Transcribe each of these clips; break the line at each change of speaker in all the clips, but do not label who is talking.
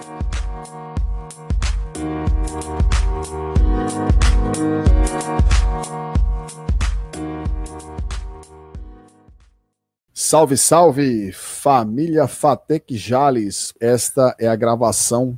Salve, salve, família Fatec Jales. Esta é a gravação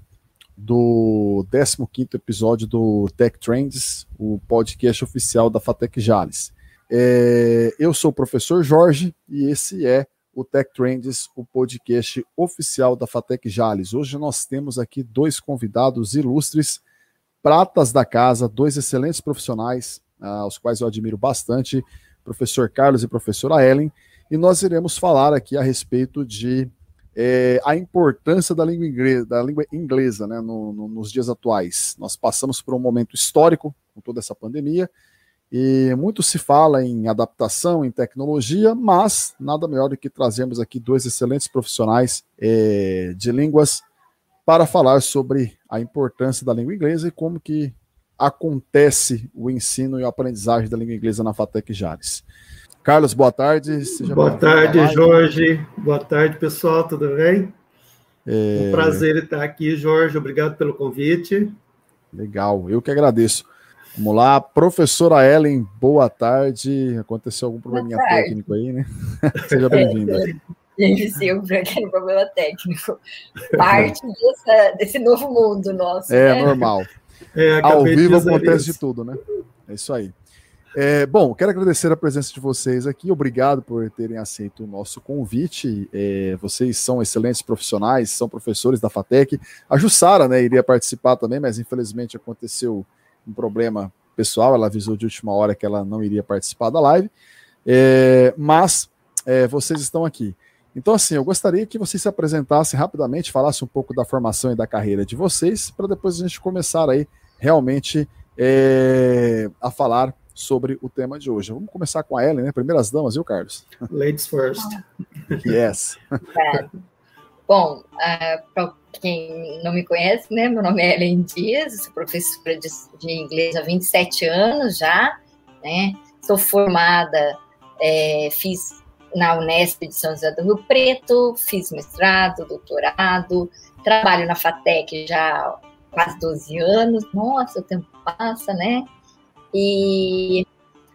do 15º episódio do Tech Trends, o podcast oficial da Fatec Jales. Eu sou o professor Jorge e esse é o Tech Trends, o podcast oficial da Fatec Jales. Hoje nós temos aqui dois convidados ilustres, pratas da casa, dois excelentes profissionais, aos quais eu admiro bastante, professor Carlos e professora Ellen. E nós iremos falar aqui a respeito de a importância da língua inglesa, né, nos dias atuais. Nós passamos por um momento histórico com toda essa pandemia e muito se fala em adaptação, em tecnologia, mas nada melhor do que trazermos aqui dois excelentes profissionais de línguas para falar sobre a importância da língua inglesa e como que acontece o ensino e a aprendizagem da língua inglesa na Fatec Jales. Carlos, boa tarde.
Boa tarde, Jorge. Boa tarde, pessoal, tudo bem? Um prazer estar aqui, Jorge. Obrigado pelo convite.
Legal, eu que agradeço. Vamos lá, professora Ellen, boa tarde. Aconteceu algum probleminha técnico aí, né? Seja bem-vinda.
Sempre aquele problema técnico. Parte desse novo mundo nosso.
É, né? Normal. Ao vivo acontece de tudo, né? É isso aí. Bom, quero agradecer a presença de vocês aqui, obrigado por terem aceito o nosso convite, vocês são excelentes profissionais, são professores da Fatec, a Jussara, né, iria participar também, mas infelizmente aconteceu um problema pessoal, ela avisou de última hora que ela não iria participar da live, mas vocês estão aqui. Então, assim, eu gostaria que vocês se apresentassem rapidamente, falassem um pouco da formação e da carreira de vocês, para depois a gente começar aí realmente a falar sobre o tema de hoje. Vamos começar com a Ellen, né? Primeiras damas, viu, Carlos?
Ladies first.
Yes.
Bom, para quem não me conhece, né? Meu nome é Ellen Dias, sou professora de inglês há 27 anos já, né? Sou formada, fiz na Unesp de São José do Rio Preto, fiz mestrado, doutorado, trabalho na Fatec já há quase 12 anos. Nossa, o tempo passa, né? E,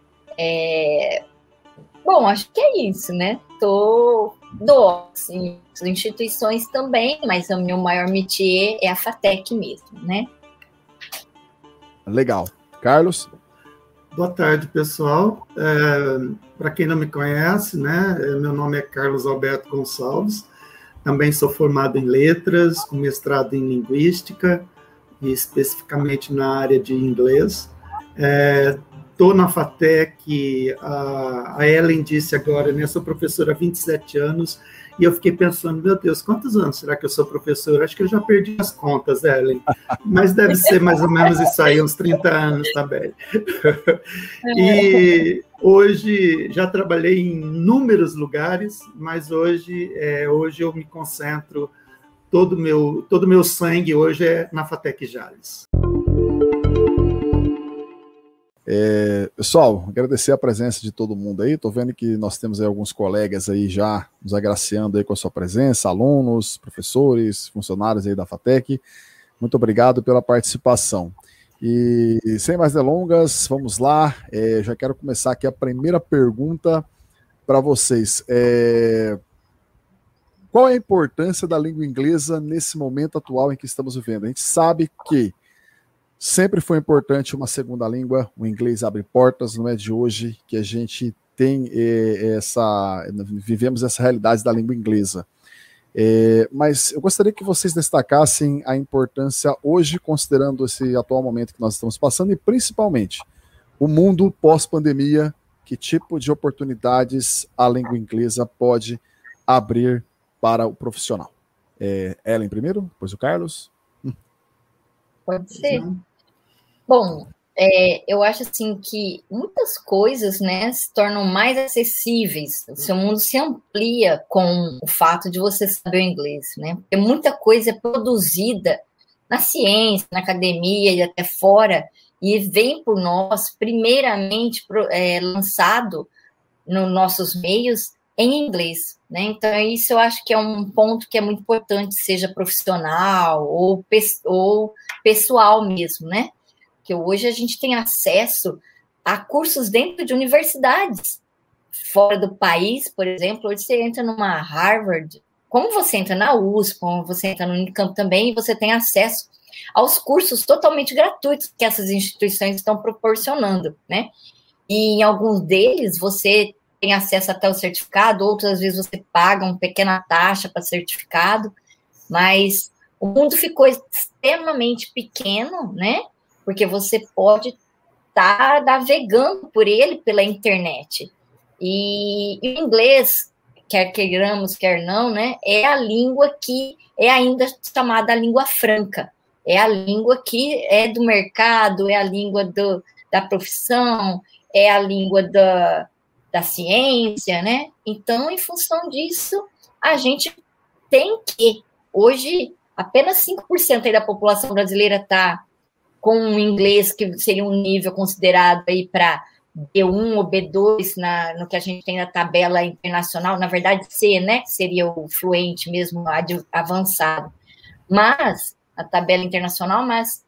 bom, acho que é isso, né? Dou assim, instituições também, mas o meu maior métier é a Fatec mesmo, né?
Legal. Carlos?
Boa tarde, pessoal. Para quem não me conhece, né? Meu nome é Carlos Alberto Gonçalves, também sou formado em letras, com mestrado em linguística, e especificamente na área de inglês. Estou na Fatec, a Ellen disse agora, né, sou professora há 27 anos, e eu fiquei pensando, meu Deus, quantos anos será que eu sou professora? Acho que eu já perdi as contas, Ellen, mas deve ser mais ou menos isso aí, uns 30 anos também. E hoje já trabalhei em inúmeros lugares, mas hoje eu me concentro, todo meu sangue hoje é na Fatec Jales.
Pessoal, agradecer a presença de todo mundo aí, estou vendo que nós temos aí alguns colegas aí já nos agraciando aí com a sua presença, alunos, professores, funcionários aí da Fatec, muito obrigado pela participação. E sem mais delongas, vamos lá, já quero começar aqui a primeira pergunta para vocês. Qual é a importância da língua inglesa nesse momento atual em que estamos vivendo? A gente sabe que sempre foi importante uma segunda língua, o inglês abre portas, não é de hoje que a gente tem vivemos essa realidade da língua inglesa. Mas eu gostaria que vocês destacassem a importância hoje, considerando esse atual momento que nós estamos passando, e principalmente o mundo pós-pandemia, que tipo de oportunidades a língua inglesa pode abrir para o profissional. Ellen primeiro, depois o Carlos.
Pode ser. Bom, eu acho assim que muitas coisas, né, se tornam mais acessíveis. O seu mundo se amplia com o fato de você saber o inglês, né? Porque muita coisa é produzida na ciência, na academia e até fora, e vem por nós, primeiramente lançado nos nossos meios em inglês, né? Então, isso eu acho que é um ponto que é muito importante, seja profissional ou pessoal mesmo, né? Que hoje a gente tem acesso a cursos dentro de universidades fora do país, por exemplo. Hoje você entra numa Harvard, como você entra na USP, como você entra no Unicamp também, você tem acesso aos cursos totalmente gratuitos que essas instituições estão proporcionando, né? E em alguns deles você tem acesso até o certificado, outras vezes você paga uma pequena taxa para certificado, mas o mundo ficou extremamente pequeno, né? Porque você pode estar navegando por ele pela internet. E o inglês, quer queiramos, quer não, né? É a língua que é ainda chamada língua franca. É a língua que é do mercado, é a língua da profissão, é a língua da ciência, né? Então, em função disso, a gente tem que, hoje, apenas 5% aí da população brasileira está com um inglês que seria um nível considerado aí para B1 ou B2 no que a gente tem na tabela internacional, na verdade C, né? Que seria o fluente mesmo, avançado. Mas, a tabela internacional, mas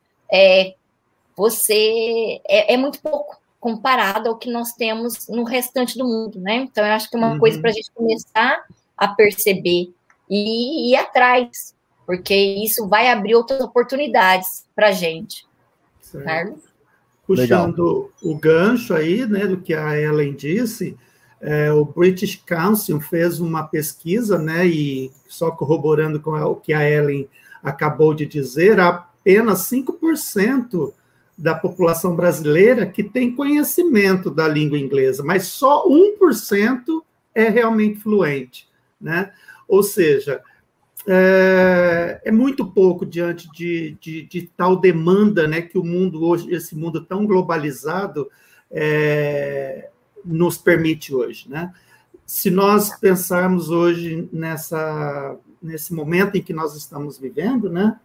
é muito pouco comparado ao que nós temos no restante do mundo, né? Então, eu acho que é uma coisa para a gente começar a perceber e ir atrás, porque isso vai abrir outras oportunidades para a gente. Carlos?
Puxando o gancho aí, né, do que a Ellen disse, o British Council fez uma pesquisa, né, e só corroborando com o que a Ellen acabou de dizer, apenas 5% da população brasileira que tem conhecimento da língua inglesa, mas só 1% é realmente fluente, né? Ou seja, é muito pouco diante de tal demanda, né, que o mundo hoje, esse mundo tão globalizado, nos permite hoje, né? Se nós pensarmos hoje nesse momento em que nós estamos vivendo, né,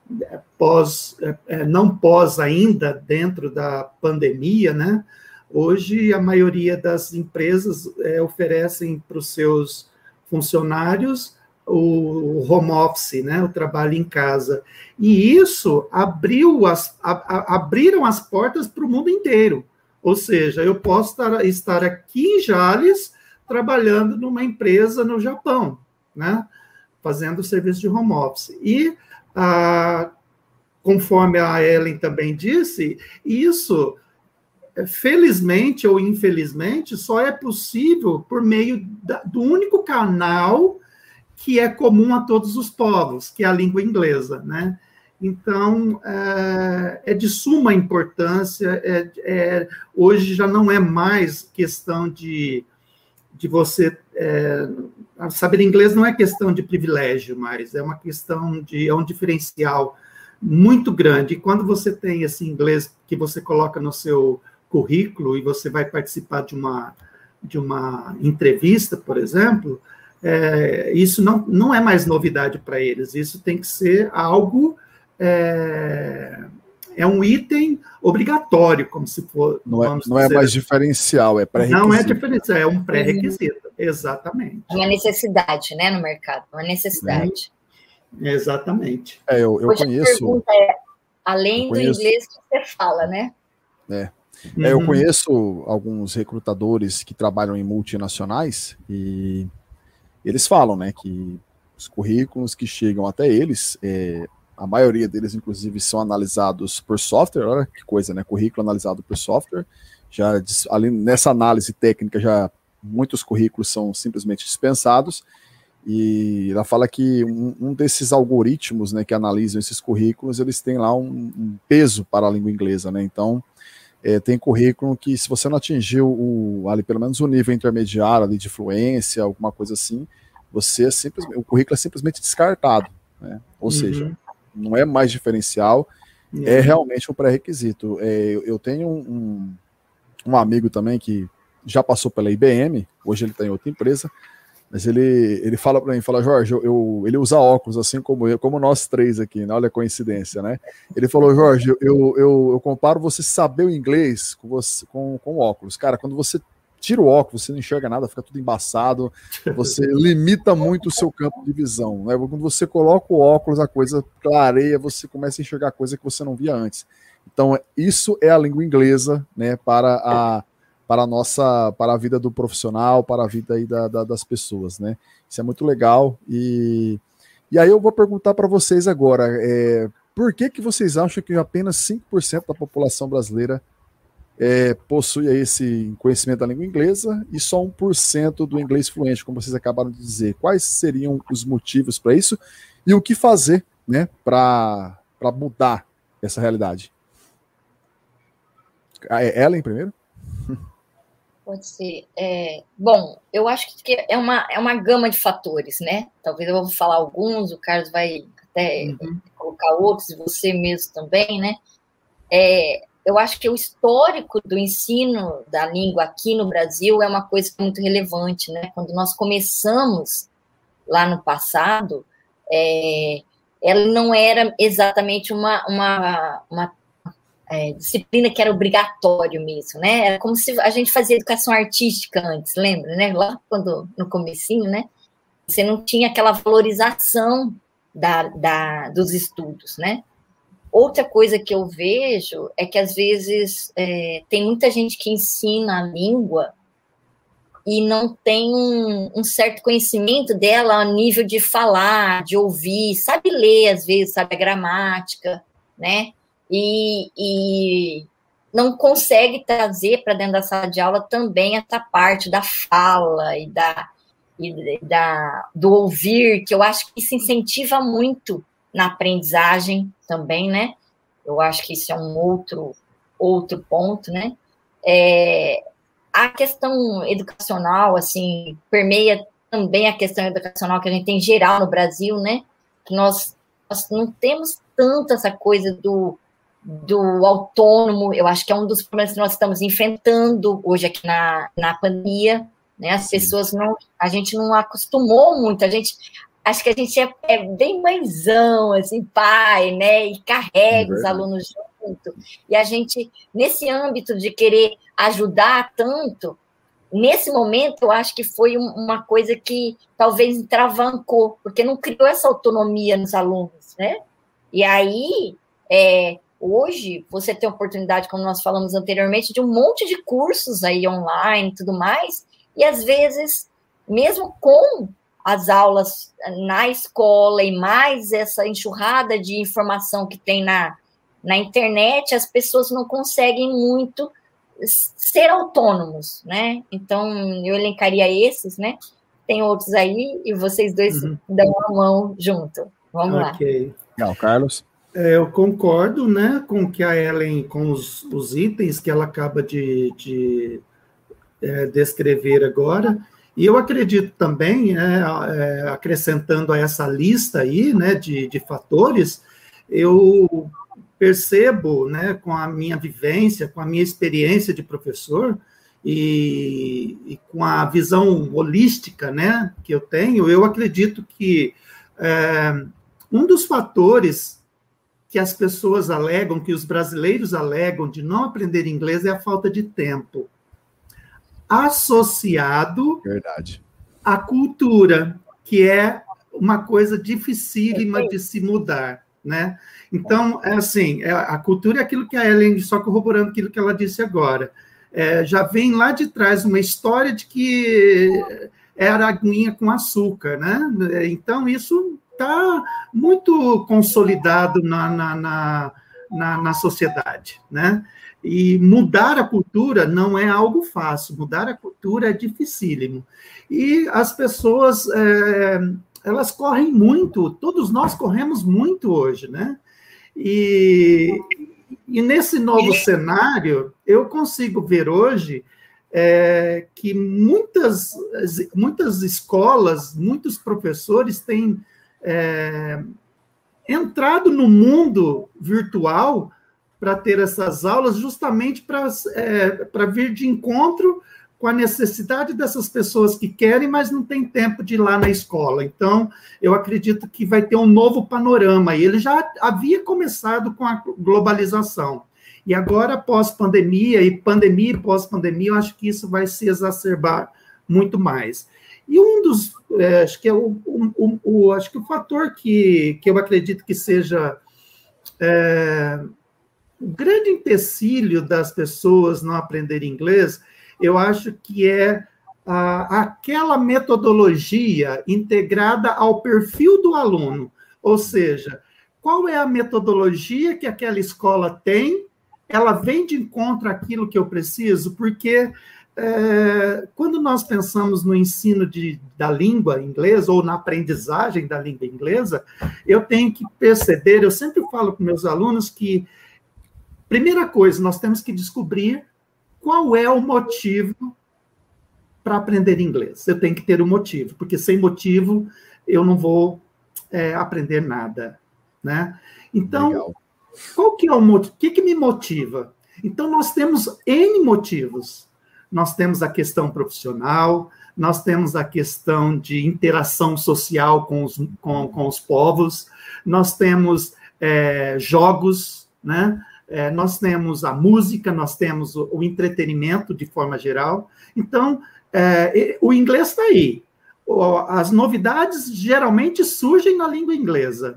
não pós ainda, dentro da pandemia, né, hoje a maioria das empresas oferecem para os seus funcionários o home office, né, o trabalho em casa. E isso abriram as portas para o mundo inteiro. Ou seja, eu posso estar aqui em Jales trabalhando numa empresa no Japão, né, fazendo serviço de home office. E, conforme a Ellen também disse, isso, felizmente ou infelizmente, só é possível por meio do único canal que é comum a todos os povos, que é a língua inglesa, né? Então, é de suma importância, hoje já não é mais questão de você... saber inglês não é questão de privilégio, mas é uma questão é um diferencial muito grande. E quando você tem esse inglês que você coloca no seu currículo e você vai participar de uma entrevista, por exemplo... isso não é mais novidade para eles, isso tem que ser algo, um item obrigatório, como se for...
Não é mais diferencial, é pré-requisito.
Não é diferencial, é um pré-requisito, exatamente.
É uma necessidade, né, no mercado, uma necessidade.
Exatamente.
Eu
Hoje
conheço...
A pergunta além do inglês que você fala, né?
Eu conheço alguns recrutadores que trabalham em multinacionais e eles falam, né, que os currículos que chegam até eles, a maioria deles, inclusive, são analisados por software. Olha que coisa, né, currículo analisado por software. Já ali nessa análise técnica, já muitos currículos são simplesmente dispensados. E ela fala que um desses algoritmos, né, que analisam esses currículos, eles têm lá um peso para a língua inglesa, né? Então, tem currículo que, se você não atingiu ali, pelo menos o nível intermediário ali, de fluência, alguma coisa assim, o currículo é simplesmente descartado, né? Ou seja, não é mais diferencial, é realmente um pré-requisito. Eu tenho um amigo também que já passou pela IBM, hoje ele está em outra empresa, mas ele fala para mim, Jorge, ele usa óculos, assim como eu, como nós três aqui, né? Olha a coincidência, né? Ele falou, Jorge, eu comparo você saber o inglês com óculos. Cara, quando você tira o óculos, você não enxerga nada, fica tudo embaçado, você limita muito o seu campo de visão, né? Quando você coloca o óculos, a coisa clareia, você começa a enxergar coisa que você não via antes. Então, isso é a língua inglesa, né, para a vida do profissional, para a vida aí das pessoas, né? Isso é muito legal. E aí eu vou perguntar para vocês agora, por que vocês acham que apenas 5% da população brasileira possui esse conhecimento da língua inglesa e só 1% do inglês fluente, como vocês acabaram de dizer? Quais seriam os motivos para isso e o que fazer, né, para mudar essa realidade? Ellen primeiro?
Pode ser. Bom, eu acho que é uma gama de fatores, né? Talvez eu vou falar alguns, o Carlos vai até colocar outros, e você mesmo também, né? Eu acho que o histórico do ensino da língua aqui no Brasil é uma coisa muito relevante, né? Quando nós começamos lá no passado, ela não era exatamente uma disciplina que era obrigatório mesmo, né? Era como se a gente fazia educação artística antes, lembra, né? Lá no comecinho, né? Você não tinha aquela valorização dos estudos, né? Outra coisa que eu vejo é que, às vezes, tem muita gente que ensina a língua e não tem um certo conhecimento dela a nível de falar, de ouvir, sabe ler, às vezes, sabe a gramática, né? E não consegue trazer para dentro da sala de aula também essa parte da fala e do ouvir, que eu acho que isso incentiva muito na aprendizagem também, né? Eu acho que isso é um outro ponto, né? A questão educacional, assim, permeia também a questão educacional que a gente tem em geral no Brasil, né? Que nós não temos tanto essa coisa do autônomo. Eu acho que é um dos problemas que nós estamos enfrentando hoje aqui na pandemia, né? As pessoas a gente não acostumou muito, acho que a gente é bem mãezão, assim, pai, né? E carrega os alunos junto. E a gente, nesse âmbito de querer ajudar tanto, nesse momento, eu acho que foi uma coisa que talvez travancou, porque não criou essa autonomia nos alunos, né? E aí, hoje, você tem a oportunidade, como nós falamos anteriormente, de um monte de cursos aí online e tudo mais, e às vezes, mesmo com as aulas na escola e mais essa enxurrada de informação que tem na internet, as pessoas não conseguem muito ser autônomos, né? Então, eu elencaria esses, né? Tem outros aí, e vocês dois dão uma mão junto. Vamos lá.
Legal, Carlos.
Eu concordo, né, com que a Ellen, com os itens que ela acaba de descrever agora, e eu acredito também, acrescentando a essa lista aí, né, de fatores, eu percebo, né, com a minha vivência, com a minha experiência de professor e com a visão holística, né, que eu tenho, eu acredito que um dos fatores que as pessoas alegam, que os brasileiros alegam de não aprender inglês é a falta de tempo, associado à cultura, que é uma coisa dificílima de se mudar, né? Então, a cultura é aquilo que a Ellen, só corroborando aquilo que ela disse agora, já vem lá de trás uma história de que era aguinha com açúcar, né? Então, isso está muito consolidado na sociedade, né? E mudar a cultura não é algo fácil, mudar a cultura é dificílimo. E as pessoas, elas correm muito, todos nós corremos muito hoje, né? E nesse novo cenário, eu consigo ver hoje que muitas escolas, muitos professores têm entrado no mundo virtual para ter essas aulas, justamente para vir de encontro com a necessidade dessas pessoas que querem, mas não tem tempo de ir lá na escola. Então, eu acredito que vai ter um novo panorama, e ele já havia começado com a globalização. E agora, pós-pandemia, e pós-pandemia, eu acho que isso vai se exacerbar muito mais. E um dos, acho que é acho que o fator que eu acredito que seja o grande empecilho das pessoas não aprenderem inglês, eu acho que é aquela metodologia integrada ao perfil do aluno, ou seja, qual é a metodologia que aquela escola tem, ela vem de encontro àquilo que eu preciso, porque quando nós pensamos no ensino da língua inglesa ou na aprendizagem da língua inglesa, eu tenho que perceber, eu sempre falo com meus alunos que, primeira coisa, nós temos que descobrir qual é o motivo para aprender inglês. Eu tenho que ter um motivo, porque sem motivo eu não vou aprender nada, né? Então, legal. Qual que é o motivo? O que me motiva? Então, nós temos N motivos. Nós temos a questão profissional, nós temos a questão de interação social com os povos, nós temos jogos, né? Nós temos a música, nós temos o entretenimento de forma geral. Então, o inglês está aí. As novidades geralmente surgem na língua inglesa.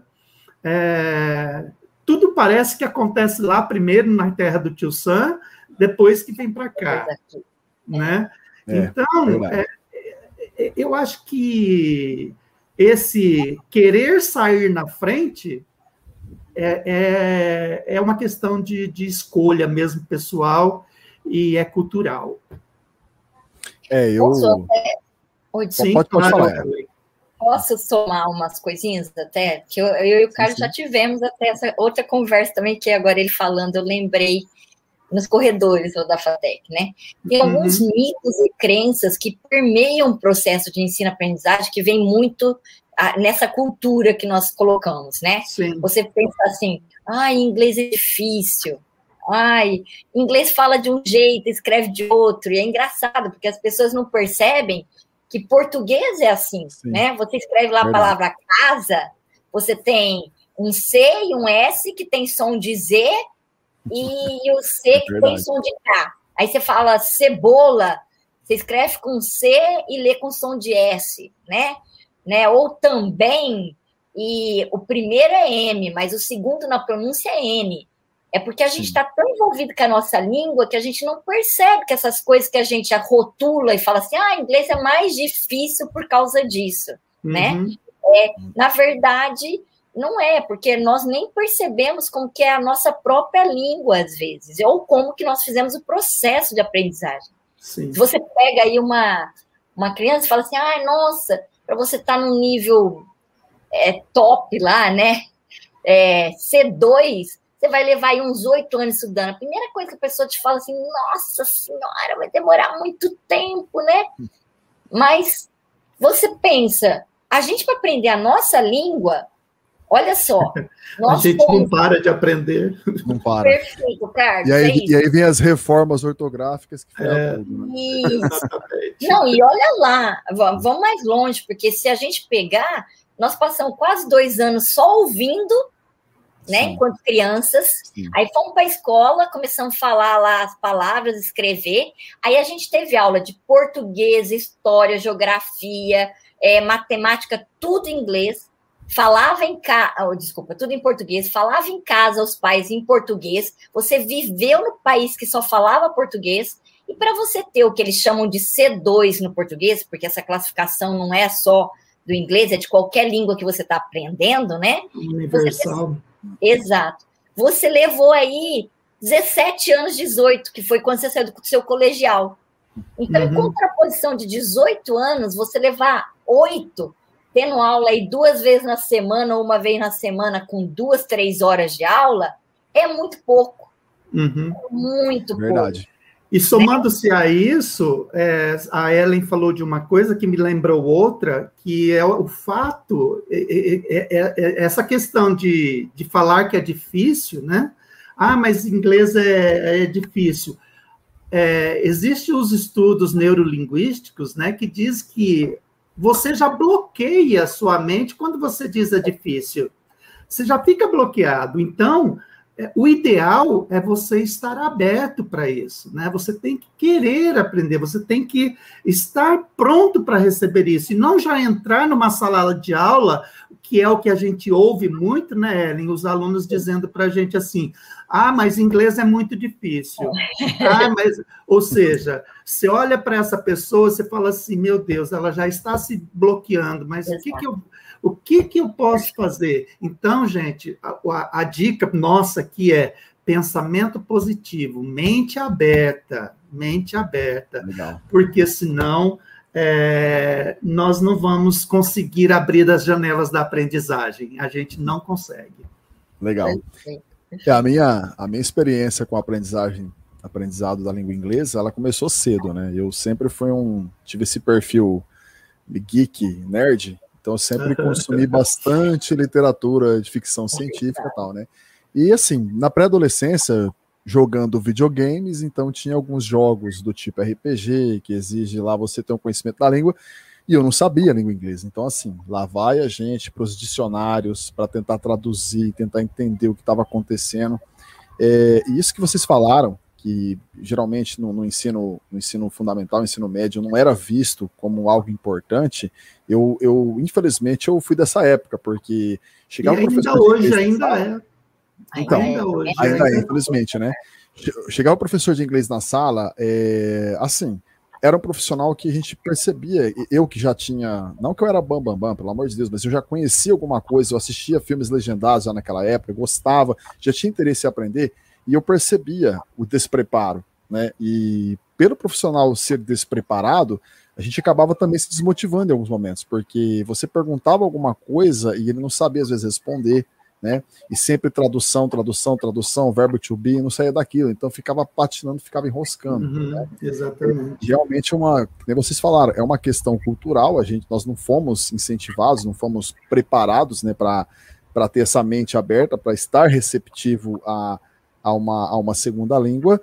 Tudo parece que acontece lá primeiro na terra do Tio Sam, depois que vem para cá. Né? Então, eu acho que esse querer sair na frente é uma questão de escolha mesmo pessoal e cultural.
Pode falar.
Posso somar umas coisinhas até? Que eu e o Carlos já tivemos até essa outra conversa também, que agora ele falando, eu lembrei nos corredores da FATEC, né? Tem alguns mitos e crenças que permeiam o processo de ensino-aprendizagem que vem muito nessa cultura que nós colocamos, né?
Sim.
Você pensa assim, inglês é difícil, inglês fala de um jeito, escreve de outro, e é engraçado, porque as pessoas não percebem que português é assim, né? Você escreve lá a palavra casa, você tem um C e um S que tem som de Z, e o C que tem som de K. Aí você fala cebola, você escreve com C e lê com som de S, né? Ou também, e o primeiro é M, mas o segundo na pronúncia é N. É porque a gente está tão envolvido com a nossa língua que a gente não percebe que essas coisas que a gente rotula e fala assim, inglês é mais difícil por causa disso, né? Na verdade, não é, porque nós nem percebemos como que é a nossa própria língua, às vezes, ou como que nós fizemos o processo de aprendizagem.
Sim.
Se você pega aí uma criança e fala assim, nossa, para você estar num nível top lá, né? C2, você vai levar aí uns 8 anos estudando. A primeira coisa que a pessoa te fala assim, nossa senhora, vai demorar muito tempo, né? Mas você pensa, a gente para aprender a nossa língua, olha só.
A gente não para de aprender.
Não para.
Perfeito, Carlos.
E aí vem as reformas ortográficas que ferram tudo, né?
Isso. Não, e olha lá, vamos mais longe, porque se a gente pegar, nós passamos quase 2 anos só ouvindo, né, enquanto crianças. Sim. Aí fomos para a escola, começamos a falar lá as palavras, escrever. Aí a gente teve aula de português, história, geografia, matemática, tudo em inglês. Falava em casa, tudo em português, falava em casa aos pais em português. Você viveu no país que só falava português. E para você ter o que eles chamam de C2 no português, porque essa classificação não é só do inglês, é de qualquer língua que você está aprendendo, né?
Universal.
Exato. Você levou aí 17 anos, 18, que foi quando você saiu do seu colegial. Então, em contraposição de 18 anos, você levar 8, tendo aula aí 2 vezes na semana ou 1 vez na semana, com 2, 3 horas de aula, é muito pouco. Muito
Verdade.
pouco.
E somando-se a isso, a Ellen falou de uma coisa que me lembrou outra, que é o fato, essa questão de falar que é difícil, né? Mas inglês é difícil. Existem os estudos neurolinguísticos, né, que diz que você já bloqueia a sua mente quando você diz é difícil. Você já fica bloqueado. Então, o ideal é você estar aberto para isso, né? Você tem que querer aprender, você tem que estar pronto para receber isso, e não já entrar numa sala de aula, que é o que a gente ouve muito, né, Ellen? Os alunos dizendo para a gente assim, mas inglês é muito difícil. Ou seja, você olha para essa pessoa, você fala assim, meu Deus, ela já está se bloqueando, mas o que eu posso fazer? Então, gente, a dica nossa aqui é pensamento positivo, mente aberta,
Legal.
porque senão nós não vamos conseguir abrir as janelas da aprendizagem, a gente não consegue.
Legal. A minha experiência com a aprendizado da língua inglesa, ela começou cedo, né? Eu sempre tive esse perfil geek, nerd, então eu sempre consumi bastante literatura de ficção científica e tal, né? E assim, na pré-adolescência, jogando videogames, então tinha alguns jogos do tipo RPG, que exige lá você ter um conhecimento da língua, e eu não sabia a língua inglesa. Então, assim, lá vai a gente para os dicionários, para tentar traduzir, tentar entender o que estava acontecendo. E isso que vocês falaram, que geralmente no ensino fundamental, no ensino médio, não era visto como algo importante, infelizmente, eu fui dessa época, porque chegava
o professor de inglês
ainda é, infelizmente, né? Chegava o professor de inglês na sala, assim, era um profissional que a gente percebia, eu que já tinha, não que eu era bam, pelo amor de Deus, mas eu já conhecia alguma coisa, eu assistia filmes legendados já naquela época, gostava, já tinha interesse em aprender, e eu percebia o despreparo, né? E pelo profissional ser despreparado, a gente acabava também se desmotivando em alguns momentos, porque você perguntava alguma coisa e ele não sabia às vezes responder, né? E sempre tradução, verbo to be, não saía daquilo, então ficava patinando, ficava enroscando. Né?
Exatamente.
Realmente como vocês falaram, é uma questão cultural, nós não fomos incentivados, não fomos preparados, né, para ter essa mente aberta, para estar receptivo a uma segunda língua,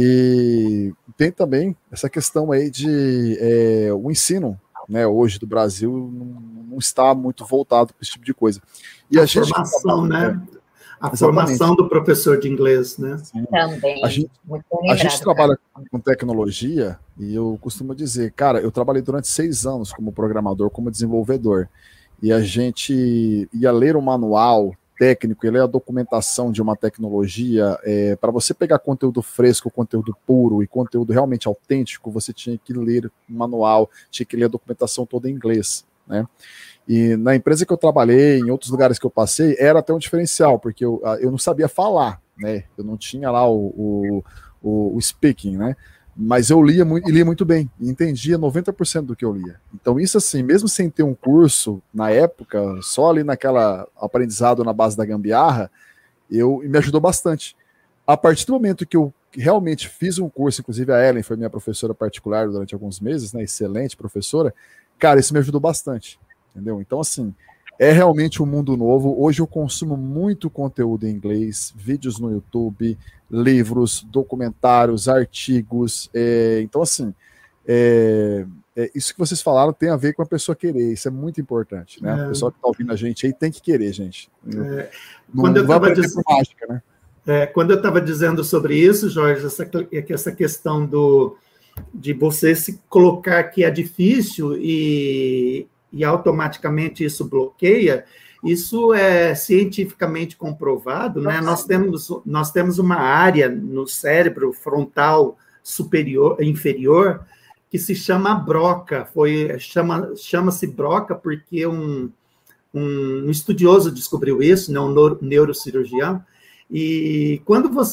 e tem também essa questão aí de o ensino, né, hoje do Brasil não está muito voltado para esse tipo de coisa. E a gente
formação, né? A formação do professor de inglês, né?
Sim. Também. A gente trabalha com tecnologia e eu costumo dizer, cara, eu trabalhei durante 6 anos como programador, como desenvolvedor, e a gente ia ler o manual técnico, ia ler a documentação de uma tecnologia, para você pegar conteúdo fresco, conteúdo puro e conteúdo realmente autêntico, você tinha que ler o manual, tinha que ler a documentação toda em inglês, né? E na empresa que eu trabalhei, em outros lugares que eu passei, era até um diferencial, porque eu não sabia falar, né? Eu não tinha lá o speaking, né? Mas eu lia muito bem, e entendia 90% do que eu lia. Então isso assim, mesmo sem ter um curso na época, só ali naquela aprendizado na base da gambiarra, me ajudou bastante. A partir do momento que eu realmente fiz um curso, inclusive a Ellen foi minha professora particular durante alguns meses, né? Excelente professora, cara, isso me ajudou bastante. Entendeu? Então, assim, é realmente um mundo novo. Hoje eu consumo muito conteúdo em inglês, vídeos no YouTube, livros, documentários, artigos. Então, assim, isso que vocês falaram tem a ver com a pessoa querer. Isso é muito importante, né? A pessoa que está ouvindo a gente aí tem que querer, gente.
Quando eu estava dizendo mágica, né? Quando eu estava dizendo sobre isso, Jorge, essa questão de você se colocar que é difícil e automaticamente isso bloqueia, isso é cientificamente comprovado, né? Nós temos uma área no cérebro frontal inferior que se chama broca, chama-se broca porque um estudioso descobriu isso, né? Um neurocirurgião, e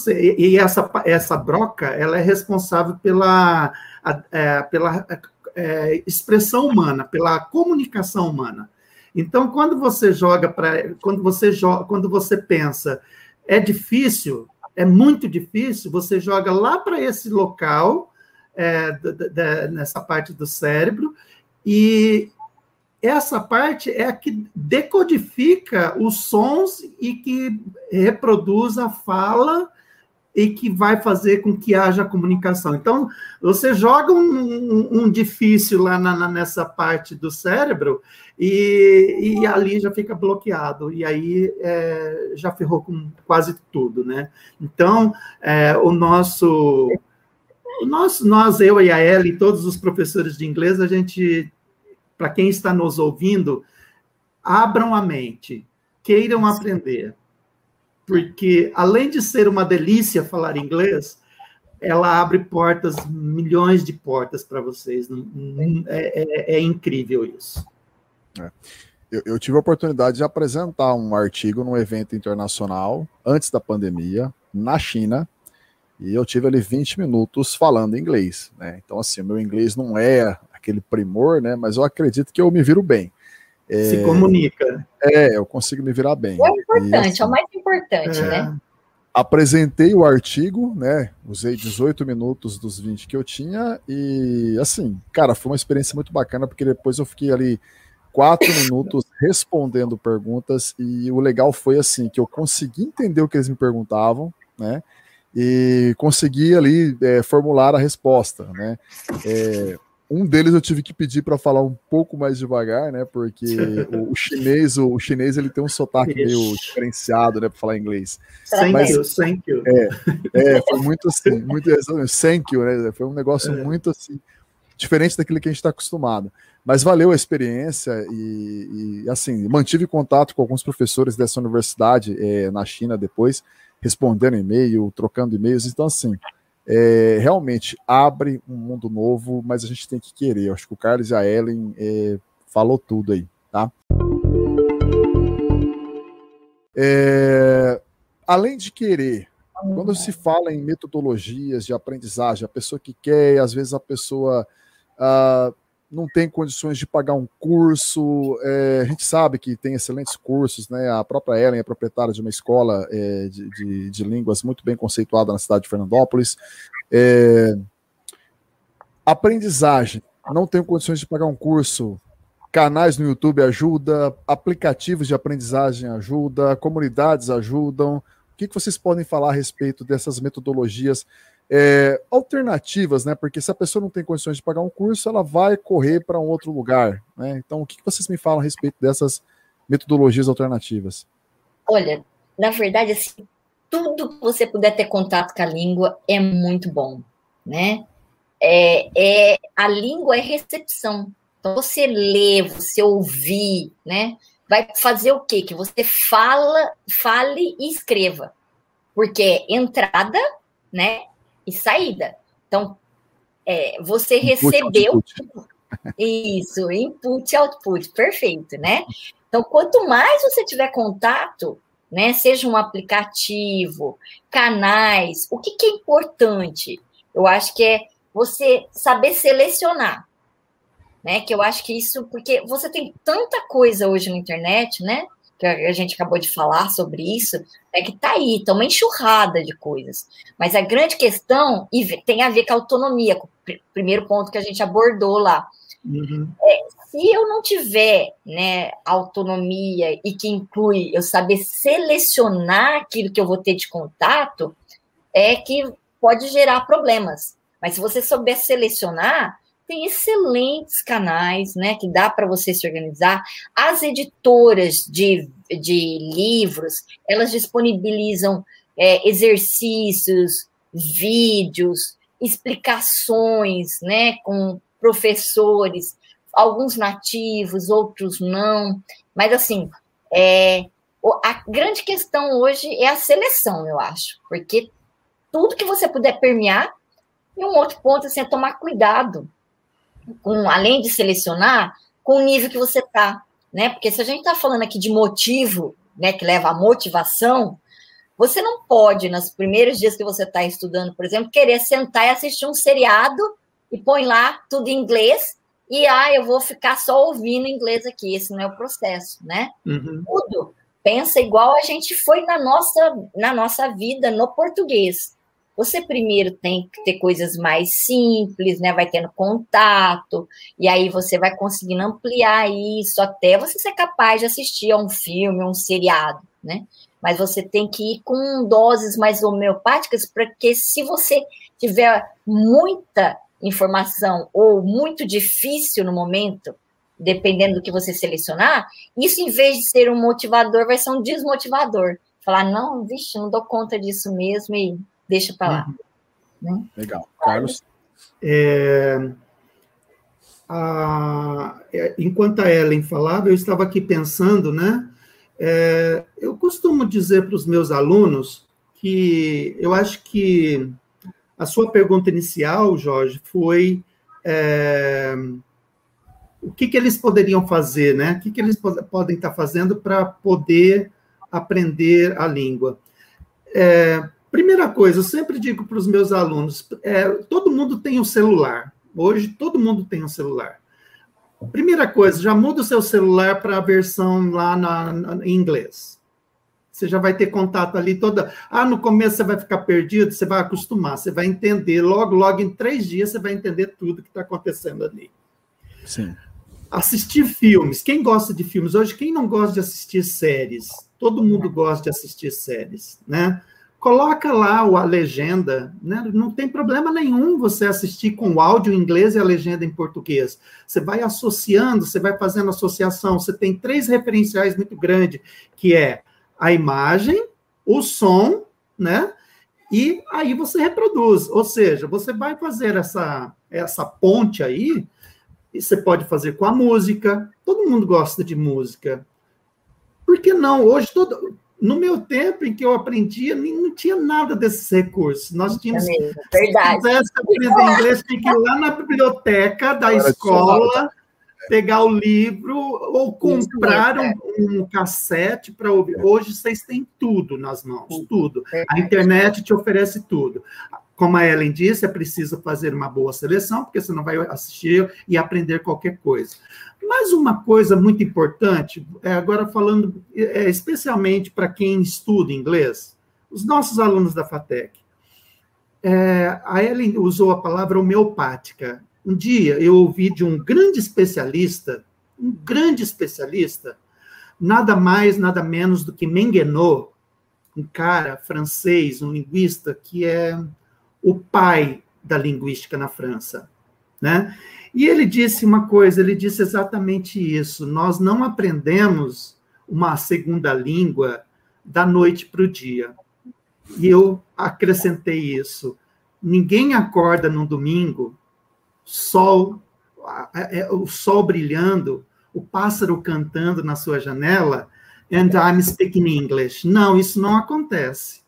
essa broca, ela é responsável pela expressão humana, pela comunicação humana. Então, quando você pensa, é difícil, é muito difícil, você joga lá para esse local, nessa parte do cérebro, e essa parte é a que decodifica os sons e que reproduz a fala e que vai fazer com que haja comunicação. Então, você joga um difícil lá nessa parte do cérebro e ali já fica bloqueado, e aí já ferrou com quase tudo, né? Então, nós, eu e a Ellie, todos os professores de inglês, a gente, para quem está nos ouvindo, abram a mente, queiram aprender, porque além de ser uma delícia falar inglês, ela abre portas, milhões de portas para vocês. É incrível isso.
Eu tive a oportunidade de apresentar um artigo num evento internacional antes da pandemia, na China, e eu tive ali 20 minutos falando inglês, né? Então, assim, o meu inglês não é aquele primor, né? Mas eu acredito que eu me viro bem.
Se comunica.
Eu consigo me virar bem.
É importante, assim, é o mais importante, né?
Apresentei o artigo, né? Usei 18 minutos dos 20 que eu tinha e, assim, cara, foi uma experiência muito bacana, porque depois eu fiquei ali 4 minutos respondendo perguntas e o legal foi, assim, que eu consegui entender o que eles me perguntavam, né? E consegui ali formular a resposta, né? Um deles eu tive que pedir para falar um pouco mais devagar, né? Porque o chinês ele tem um sotaque meio diferenciado, né? Para falar inglês.
Thank you.
Foi muito assim, muito thank you, né? Foi um negócio muito assim, diferente daquilo que a gente está acostumado. Mas valeu a experiência e assim, mantive contato com alguns professores dessa universidade na China depois, respondendo e-mail, trocando e-mails. Então, assim, realmente abre um mundo novo, mas a gente tem que querer. Eu acho que o Carlos e a Ellen falou tudo aí, tá? Além de querer, quando se fala em metodologias de aprendizagem, a pessoa que quer, às vezes a pessoa não tem condições de pagar um curso, a gente sabe que tem excelentes cursos, né? A própria Ellen é proprietária de uma escola de línguas muito bem conceituada na cidade de Fernandópolis. Aprendizagem, não tenho condições de pagar um curso, canais no YouTube ajudam, aplicativos de aprendizagem ajudam, comunidades ajudam. O que vocês podem falar a respeito dessas metodologias alternativas, né? Porque se a pessoa não tem condições de pagar um curso, ela vai correr para um outro lugar, né? Então, o que vocês me falam a respeito dessas metodologias alternativas?
Olha, na verdade, assim, tudo que você puder ter contato com a língua é muito bom, né? A língua é recepção. Então, você lê, você ouvir, né? Vai fazer o quê? Que você fale e escreva. Porque é entrada, né? E saída. Então, você recebeu isso, input e output, perfeito, né? Então, quanto mais você tiver contato, né, seja um aplicativo, canais, o que é importante? Eu acho que é você saber selecionar, né? Que eu acho que isso, porque você tem tanta coisa hoje na internet, né? Que a gente acabou de falar sobre isso, que está aí, está uma enxurrada de coisas. Mas a grande questão, e tem a ver com a autonomia, com o primeiro ponto que a gente abordou lá.
Uhum.
Se eu não tiver, né, autonomia e que inclui eu saber selecionar aquilo que eu vou ter de contato, que pode gerar problemas. Mas se você souber selecionar, tem excelentes canais, né, que dá para você se organizar. As editoras de livros, elas disponibilizam exercícios, vídeos, explicações, né, com professores, alguns nativos, outros não. Mas, assim, a grande questão hoje é a seleção, eu acho, porque tudo que você puder permear, e um outro ponto, assim, é tomar cuidado, além de selecionar, com o nível que você está, né? Porque se a gente está falando aqui de motivo, né, que leva à motivação, você não pode, nos primeiros dias que você está estudando, por exemplo, querer sentar e assistir um seriado e põe lá tudo em inglês e, eu vou ficar só ouvindo inglês aqui. Esse não é o processo, né?
Uhum.
Tudo. Pensa igual a gente foi na nossa vida no português. Você primeiro tem que ter coisas mais simples, né? Vai tendo contato, e aí você vai conseguindo ampliar isso até você ser capaz de assistir a um filme, um seriado, né? mas você tem que ir com doses mais homeopáticas, porque se você tiver muita informação ou muito difícil no momento, dependendo do que você selecionar, isso, em vez de ser um motivador, vai ser um desmotivador. Falar, não, vixe, não dou conta disso mesmo e deixa para lá. Né?
Legal. Carlos?
Enquanto a Ellen falava, eu estava aqui pensando, né? Eu costumo dizer para os meus alunos que eu acho que a sua pergunta inicial, Jorge, foi o que eles poderiam fazer, né? O que eles podem estar fazendo para poder aprender a língua. Primeira coisa, eu sempre digo para os meus alunos, todo mundo tem um celular. Hoje, todo mundo tem um celular. Primeira coisa, já muda o seu celular para a versão lá em inglês. Você já vai ter contato ali toda... no começo você vai ficar perdido, você vai acostumar, você vai entender. Logo, em 3 dias, você vai entender tudo que está acontecendo ali.
Sim.
Assistir filmes. Quem gosta de filmes? Hoje, quem não gosta de assistir séries? Todo mundo gosta de assistir séries, né? Coloca lá a legenda, né? Não tem problema nenhum você assistir com o áudio em inglês e a legenda em português. Você vai associando, você vai fazendo associação. Você tem 3 referenciais muito grandes, que é a imagem, o som, né? E aí você reproduz. Ou seja, você vai fazer essa ponte aí, e você pode fazer com a música. Todo mundo gosta de música. Por que não? Hoje, no meu tempo em que eu aprendia, não tinha nada desses recursos. Nós tínhamos...
Verdade.
Se quisesse aprender inglês, tinha que ir lá na biblioteca da escola, pegar o livro, ou comprar um cassete para ouvir. Hoje, vocês têm tudo nas mãos, tudo. A internet te oferece tudo. Como a Ellen disse, é preciso fazer uma boa seleção, porque você não vai assistir e aprender qualquer coisa. Mas uma coisa muito importante, agora falando especialmente para quem estuda inglês, os nossos alunos da FATEC, a Ellen usou a palavra homeopática. Um dia eu ouvi de um grande especialista, nada mais, nada menos do que Menguenot, um cara francês, um linguista, que é o pai da linguística na França, né? E ele disse uma coisa, ele disse exatamente isso: nós não aprendemos uma segunda língua da noite para o dia. E eu acrescentei isso: ninguém acorda num domingo, o sol brilhando, o pássaro cantando na sua janela, and I'm speaking English. Não, isso não acontece.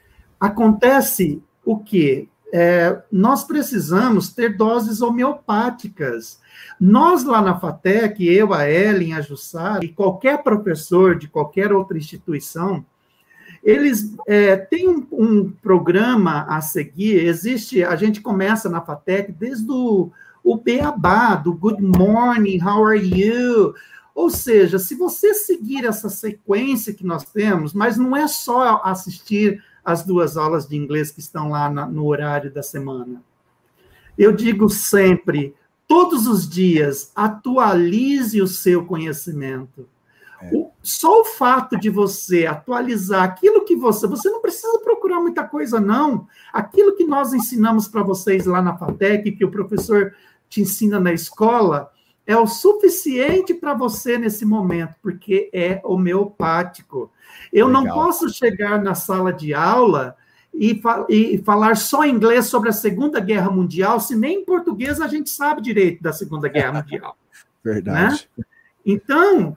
Acontece o quê? Nós precisamos ter doses homeopáticas. Nós, lá na FATEC, eu, a Ellen, a Jussara, e qualquer professor de qualquer outra instituição, eles têm um programa a seguir. A gente começa na FATEC desde o beabá, do good morning, how are you? Ou seja, se você seguir essa sequência que nós temos, mas não é só assistir as 2 aulas de inglês que estão lá no horário da semana. Eu digo sempre, todos os dias, atualize o seu conhecimento. Só o fato de você atualizar aquilo que você não precisa procurar muita coisa, não. Aquilo que nós ensinamos para vocês lá na FATEC, que o professor te ensina na escola, é o suficiente para você nesse momento, porque é homeopático. Eu Legal. Não posso chegar na sala de aula e falar só inglês sobre a Segunda Guerra Mundial, se nem em português a gente sabe direito da Segunda Guerra Mundial.
Verdade.
Né? Então,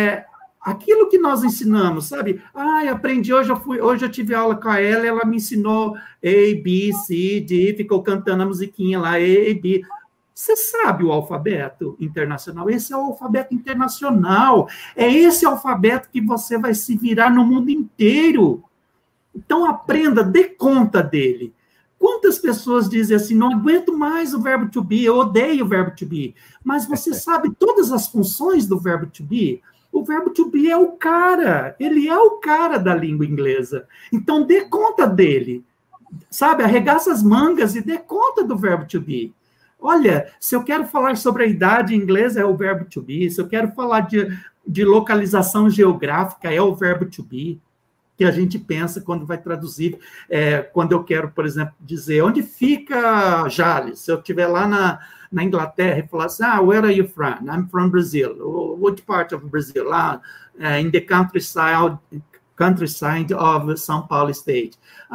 aquilo que nós ensinamos, sabe? Aprendi, hoje eu tive aula com ela me ensinou A, B, C, D, ficou cantando a musiquinha lá, A, B... Você sabe o alfabeto internacional? Esse é o alfabeto internacional. É esse alfabeto que você vai se virar no mundo inteiro. Então, aprenda, dê conta dele. Quantas pessoas dizem assim, não aguento mais o verbo to be, eu odeio o verbo to be. Mas você sabe todas as funções do verbo to be? O verbo to be é o cara. Ele é o cara da língua inglesa. Então, dê conta dele. Sabe, arregaça as mangas e dê conta do verbo to be. Olha, se eu quero falar sobre a idade em inglês, é o verbo to be. Se eu quero falar de localização geográfica, é o verbo to be. que a gente pensa quando vai traduzir. Quando eu quero, por exemplo, dizer onde fica Jales, se eu estiver lá na Inglaterra e falar assim, where are you from? I'm from Brazil. What part of Brazil? In the countryside of São Paulo State.